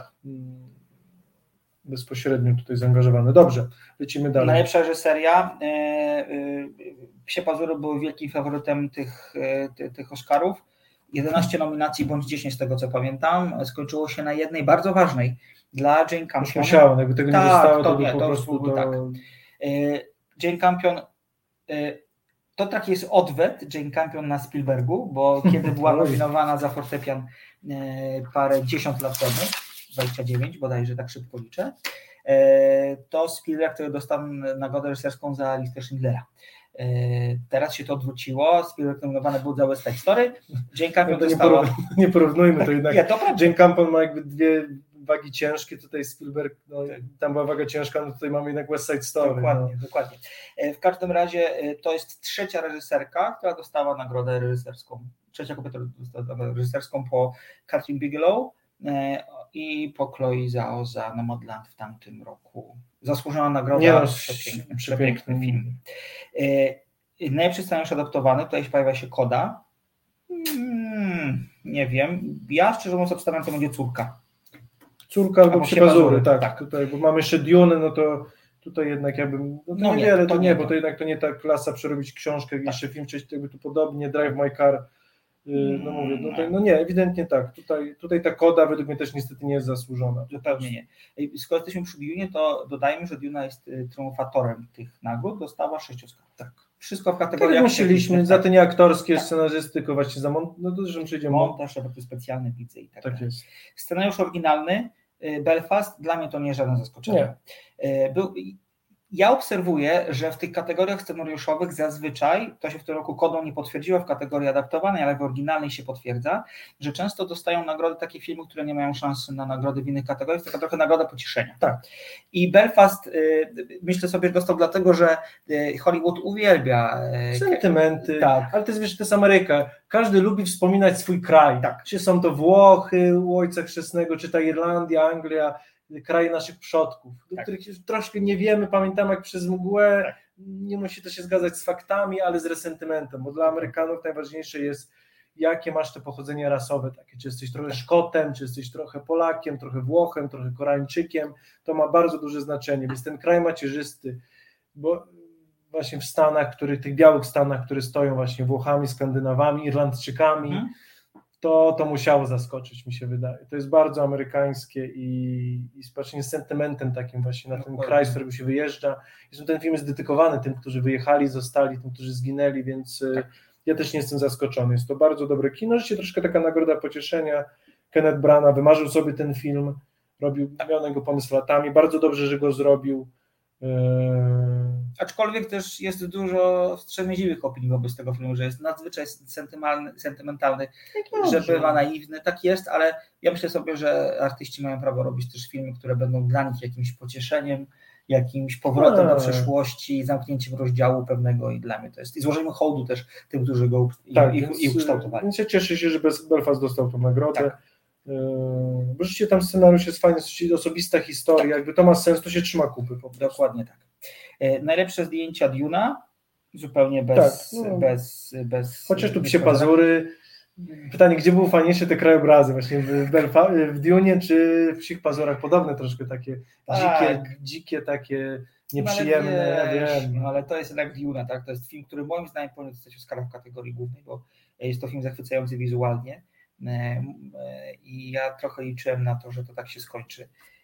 bezpośrednio tutaj zaangażowane. Dobrze, lecimy dalej. Najlepsza reżyseria. Psie Pazury były wielkim faworytem tych Oscarów. 11 nominacji bądź 10 z tego co pamiętam. Skończyło się na jednej bardzo ważnej dla Jane Campion. Musiałem, jakby tego nie zostało, to po prostu tak. Jane Campion, to taki jest odwet Jane Campion na Spielbergu, bo kiedy była nominowana za fortepian parę dziesiąt lat temu, 29 bodajże, tak szybko liczę, to Spielberg, który dostał nagrodę reżyserską za listę Schindlera. Teraz się to odwróciło, Spielberg nominowany był za West Side Story, Jane Campion dostała... Nie porównujmy to jednak. Nie, to Jane Campion ma jakby dwie wagi ciężkie, tutaj Spielberg, tam była waga ciężka, no tutaj mamy jednak West Side Story. Dokładnie. W każdym razie to jest trzecia reżyserka, która dostała nagrodę reżyserską. Trzecia kobieta dostała nagrodę reżyserską po Catherine Bigelow i po Chloe Zhao za Nomadland w tamtym roku. Zasłużona nagroda, przepiękny film. Najlepszy scenariusz adaptowany, tutaj pojawia się Koda. Nie wiem, ja szczerze mówiąc obstawiam, to będzie Córka albo Psie Pazury, tak. Tutaj, bo mamy jeszcze Dune, no to tutaj jednak jakbym, niewiele, bo to jednak to nie ta klasa przerobić książkę, jeszcze film, czy jakby tu podobnie, Drive My Car, ewidentnie tak. Tutaj ta Koda według mnie też niestety nie jest zasłużona. Zupełnie nie. Skoro jesteśmy przy Dune, to dodajmy, że Duna jest triumfatorem tych nagród, dostała 6 Oscarów. Tak. Wszystko w kategoriach. Tak myśleliśmy, za te nieaktorskie scenarzysty, tylko właśnie za montaż, efekty specjalne, widzę i tak dalej. Jest. Scenariusz oryginalny, Belfast, dla mnie to nie jest żadne zaskoczenie. Ja obserwuję, że w tych kategoriach scenariuszowych zazwyczaj, to się w tym roku Kodą nie potwierdziło w kategorii adaptowanej, ale w oryginalnej się potwierdza, że często dostają nagrody takie filmy, które nie mają szansy na nagrody w innych kategoriach, to taka trochę nagroda pocieszenia. Tak. I Belfast, myślę sobie, dostał dlatego, że Hollywood uwielbia sentymenty, ale to jest, wiesz, to jest Ameryka. Każdy lubi wspominać swój kraj. Tak. Czy są to Włochy u Ojca Chrzestnego, czy ta Irlandia, Anglia, kraje naszych przodków, do których troszkę nie wiemy, pamiętamy jak przez mgłę, nie musi to się zgadzać z faktami, ale z resentymentem, bo dla Amerykanów najważniejsze jest, jakie masz te pochodzenie rasowe, takie, czy jesteś trochę Szkotem, czy jesteś trochę Polakiem, trochę Włochem, trochę Koreańczykiem, to ma bardzo duże znaczenie, więc ten kraj macierzysty, bo właśnie w Stanach, tych białych Stanach, które stoją właśnie Włochami, Skandynawami, Irlandczykami, to musiało zaskoczyć, mi się wydaje. To jest bardzo amerykańskie i właśnie z sentymentem takim właśnie na ten kraj, z którego się wyjeżdża. Zresztą ten film jest dedykowany tym, którzy wyjechali, zostali, tym, którzy zginęli, więc ja też nie jestem zaskoczony. Jest to bardzo dobre kino, rzeczywiście troszkę taka nagroda pocieszenia. Kenneth Branagh wymarzył sobie ten film, miał na jego pomysł latami, bardzo dobrze, że go zrobił. Aczkolwiek też jest dużo wstrzemięźliwych opinii wobec tego filmu, że jest nadzwyczaj sentymentalny, że bywa naiwny, tak jest, ale ja myślę sobie, że artyści mają prawo robić też filmy, które będą dla nich jakimś pocieszeniem, jakimś powrotem do przeszłości, zamknięciem rozdziału pewnego i dla mnie to jest. I złożeniem hołdu też tym, którzy go ukształtowali. Więc ja cieszę się, że Belfast dostał tę nagrodę. Tak. Bo rzeczywiście tam scenariusz jest fajny, osobista historia, jakby to ma sens, to się trzyma kupy. Dokładnie tak. Najlepsze zdjęcia Duna, zupełnie bez chociaż tu Psie Pazury. Pytanie, gdzie były fajniejsze te krajobrazy, właśnie w Dunie czy w Psich Pazurach, podobne troszkę takie dzikie takie nieprzyjemne, ale to jest jednak Duna, tak? To jest film, który moim zdaniem powinien dostać Oscara w kategorii głównej, bo jest to film zachwycający wizualnie i ja trochę liczyłem na to, że to tak się skończy.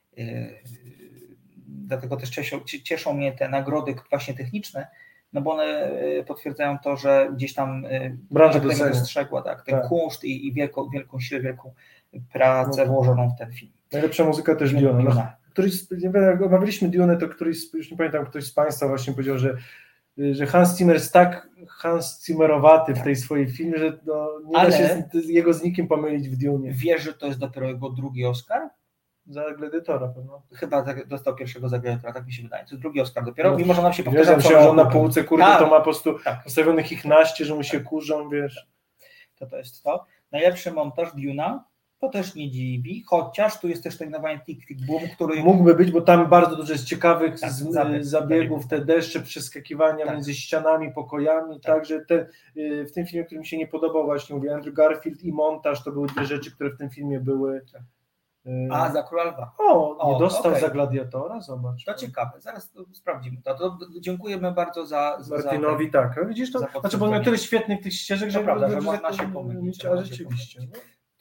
Dlatego też cieszą mnie te nagrody właśnie techniczne, no bo one potwierdzają to, że gdzieś tam branża dostrzegła ten kunszt i wielką siłę, wielką pracę włożoną w ten film. Najlepsza muzyka też Duna. Jak omawialiśmy Dune, to już nie pamiętam, ktoś z Państwa właśnie powiedział, że Hans Zimmer jest tak Hans Zimmerowaty w tej swojej filmie, że nie da się jego z nikim pomylić w Dune. Wiesz, że to jest dopiero jego drugi Oscar? Za Gladiatora pewno. Chyba dostał pierwszego za Gladiatora, tak mi się wydaje. To jest drugi Oscar dopiero, mimo że nam się powtarza. Że on na półce, to ma po prostu postawionych ich naście, że mu się kurzą, wiesz. To jest to. Najlepszy montaż Duna, to też nie dziwi, chociaż tu jest też nominowany Tick Tick Boom, który... Mógłby być, bo tam bardzo dużo jest ciekawych zabiegów, te deszcze, przeskakiwania między ścianami, pokojami, także w tym filmie, który mi się nie podobał, właśnie mówię, Andrew Garfield i montaż, to były dwie rzeczy, które w tym filmie były... za Króla Lwa. Nie dostał za Gladiatora? Zobacz. To ciekawe, zaraz sprawdzimy to. Dziękujemy bardzo za Martinowi, tak. Widzisz to? Znaczy, bo on miał tyle świetnych tych ścieżek, że prawda, że można się pomylić. Ale rzeczywiście.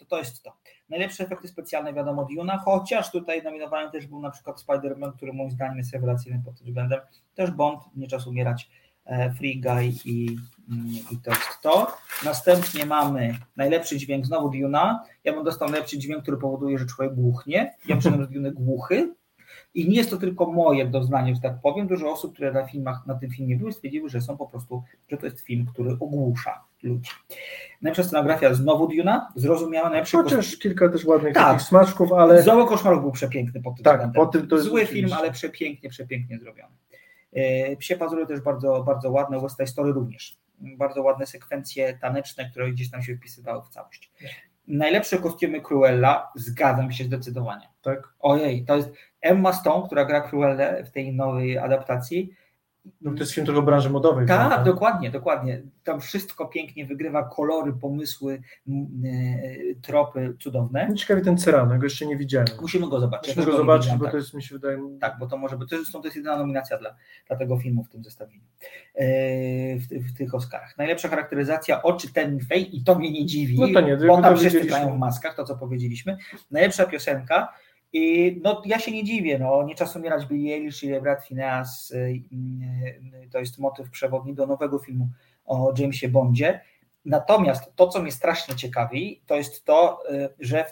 to jest to. Najlepsze efekty specjalne wiadomo Duna, chociaż tutaj nominowany też był na przykład Spider-Man, który moim zdaniem jest rewelacyjny pod tym względem. Też Bond, Nie czas umierać, Free Guy i to jest to. Następnie mamy najlepszy dźwięk, znowu Duna. Ja bym dostał najlepszy dźwięk, który powoduje, że człowiek głuchnie. Ja przyszedłem z Duny głuchy. I nie jest to tylko moje doznanie, że tak powiem. Dużo osób, które na tym filmie były, stwierdziły, że że to jest film, który ogłusza ludzi. Najlepsza scenografia znowu Duna, zrozumiała. Chociaż kilka też ładnych takich smaczków, ale... Zoło Koszmarów był przepiękny pod tym względem. Po tym to jest zły film, ale przepięknie zrobiony. Psie pazury też bardzo, bardzo ładne, West Side Story również. Bardzo ładne sekwencje taneczne, które gdzieś tam się wpisywały w całość. Najlepsze kostiumy Cruella, zgadzam się zdecydowanie. Tak. Ojej, to jest Emma Stone, która gra Cruellę w tej nowej adaptacji. No to jest film trochę branży modowej. Tak, prawda? Dokładnie. Tam wszystko pięknie wygrywa, kolory, pomysły, tropy cudowne. Ciekawie ten Cyrano, go jeszcze nie widziałem. Musimy go zobaczyć. Bo to jest, mi się wydaje... Tak, bo to może być, to jest jedyna nominacja dla tego filmu w tym zestawieniu, w tych Oscarach. Najlepsza charakteryzacja, oczy Tammy Faye i to mnie nie dziwi, no to nie, bo tam wszyscy grają w maskach, to co powiedzieliśmy. Najlepsza piosenka, i no ja się nie dziwię, Nie czas umierać, Billie Eilish i Brad Phineas, to jest motyw przewodni do nowego filmu o Jamesie Bondzie. Natomiast to, co mnie strasznie ciekawi, to jest to, że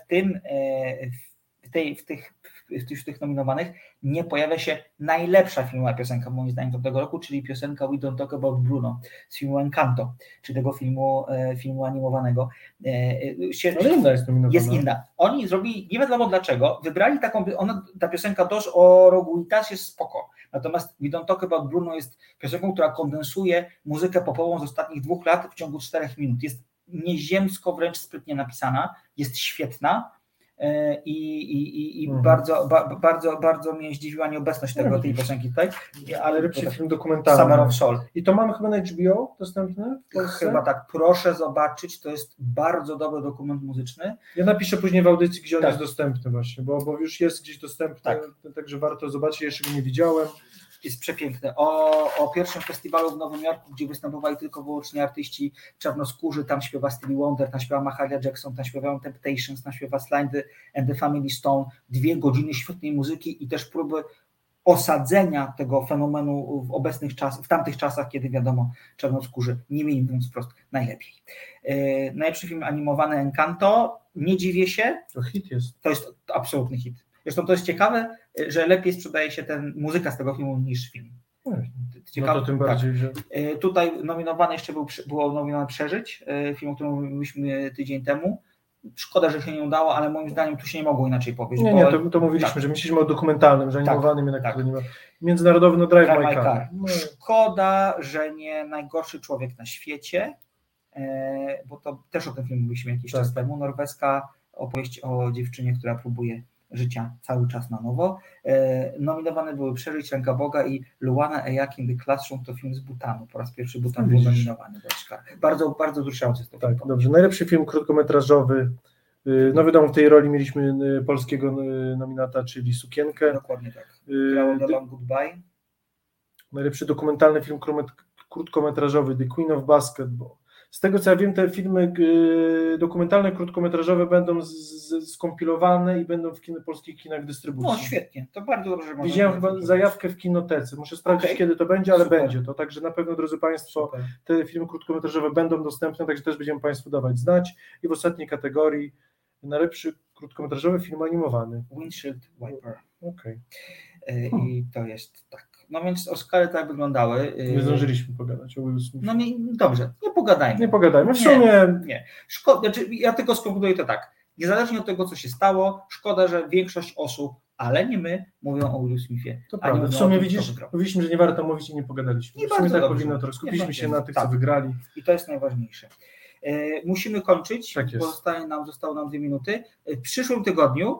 w tych nominowanych nie pojawia się najlepsza filmowa piosenka, moim zdaniem, tego roku, czyli piosenka We Don't Talk About Bruno z filmu Encanto, czy tego filmu animowanego. Ale inna jest nominowana. Jest inna. Oni zrobili, nie wiadomo dlaczego, wybrali taką, ta piosenka Dos o Roguitas jest spoko, natomiast We Don't Talk About Bruno jest piosenką, która kondensuje muzykę popową z ostatnich 2 lat w ciągu 4 minut. Jest nieziemsko wręcz sprytnie napisana, jest świetna, i bardzo mnie zdziwiła nieobecność tej piosenki tutaj. Ale lepszy film dokumentalny. Summer of Soul. I to mamy chyba na HBO dostępne? Chyba tak, proszę zobaczyć, to jest bardzo dobry dokument muzyczny. Ja napiszę później w audycji, gdzie on jest dostępny właśnie, bo już jest gdzieś dostępny, także warto zobaczyć, jeszcze go nie widziałem. Jest przepiękny. O pierwszym festiwalu w Nowym Jorku, gdzie występowali tylko wyłącznie artyści czarnoskórzy, tam śpiewa Stevie Wonder, tam śpiewa Mahalia Jackson, tam śpiewają Temptations, tam śpiewa Sly and the Family Stone. 2 godziny świetnej muzyki i też próby osadzenia tego fenomenu w tamtych czasach, kiedy wiadomo, czarnoskórzy nie mieli, mówiąc wprost, najlepiej. Najlepszy film animowany Encanto, nie dziwię się. To hit jest. To jest absolutny hit. Zresztą to jest ciekawe, że lepiej sprzedaje się muzyka z tego filmu niż film. Ciekawe, to tym bardziej, że... Tutaj nominowany jeszcze było nominowane Przeżyć, film, o którym mówiliśmy tydzień temu. Szkoda, że się nie udało, ale moim zdaniem tu się nie mogło inaczej powiedzieć. Nie, to mówiliśmy, że myśleliśmy o dokumentalnym, że animowanym jednak to nie ma. Międzynarodowy Drive My Car. Szkoda, że nie Najgorszy człowiek na świecie, bo to też o tym filmie mówiliśmy jakiś czas temu. Norweska opowieść o dziewczynie, która próbuje życia cały czas na nowo. Nominowane były Przeżyć, Ręka Boga i Luana Eyak in the Classroom, to film z Butanu. Po raz pierwszy Butan był nominowany do Oscara. Bardzo, bardzo wzruszający jest to film. Dobrze. Najlepszy film krótkometrażowy. No wiadomo, w tej roli mieliśmy polskiego nominata, czyli Sukienkę. Dokładnie tak. Grało The Long Goodbye. Najlepszy dokumentalny film krótkometrażowy The Queen of Basketball. Z tego co ja wiem, te filmy dokumentalne, krótkometrażowe będą skompilowane i będą w polskich kinach dystrybucji. No świetnie, to bardzo dobrze. Widziałem chyba zajawkę w kinotece, muszę sprawdzić kiedy to będzie, ale będzie to, także na pewno, drodzy Państwo, te filmy krótkometrażowe będą dostępne, także też będziemy Państwu dawać znać. I w ostatniej kategorii najlepszy krótkometrażowy film animowany. Windshield Wiper. Okay. I to jest tak. No więc Oscary tak wyglądały. Nie zdążyliśmy pogadać o Will Smith. No dobrze, nie pogadajmy. Nie pogadajmy, w sumie... Nie. Ja tylko skonkluduję to tak. Niezależnie od tego, co się stało, szkoda, że większość osób, ale nie my, mówią o Will Smithie. To prawda. W sumie mówiliśmy, że nie warto mówić i nie pogadaliśmy. W sumie tak powinno to. Skupiliśmy się na tych, co wygrali. I to jest najważniejsze. Musimy kończyć, tak bo zostało nam 2 minuty. W przyszłym tygodniu,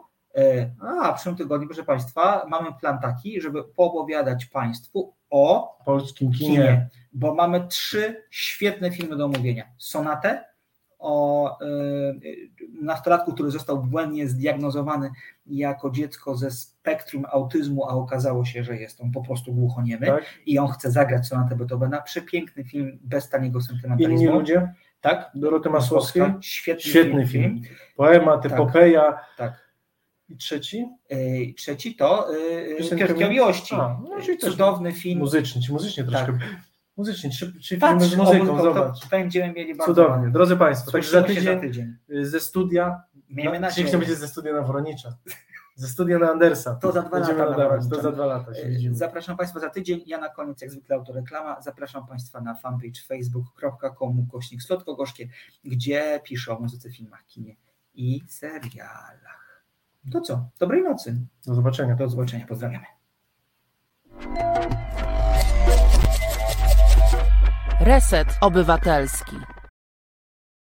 proszę Państwa, mamy plan taki, żeby poopowiadać Państwu o polskim kinie, bo mamy 3 świetne filmy do omówienia. Sonatę o nastolatku, który został błędnie zdiagnozowany jako dziecko ze spektrum autyzmu, a okazało się, że jest on po prostu głuchoniemy i on chce zagrać sonatę Beethovena. Przepiękny film bez taniego sentymentalizmu. Inni ludzie? Tak? Doroty Masłowskiej. Świetny film. Poemat, epopeja. Tak. I trzeci? Trzeci to Piosenka Miłości. Cudowny film. Muzycznie troszkę. Muzycznie, trzy Patrz, filmy z muzyką, zobacz. Będziemy mieli bardzo cudownie. Drodzy Państwo, także za tydzień ze studia, miejmy nadzieję. chcieliśmy być ze studia na Woronicza, ze studia na Andersa. To za 2 lata. To za 2 lata się widzimy. Zapraszam Państwa za tydzień. Ja na koniec, jak zwykle, autoreklama. Zapraszam Państwa na fanpage facebook.com/słodko-gorzkie, gdzie piszę o muzyce, filmach, kinie i serialach. To co? Dobrej nocy. Do zobaczenia. Do zobaczenia. Pozdrawiamy. Reset Obywatelski.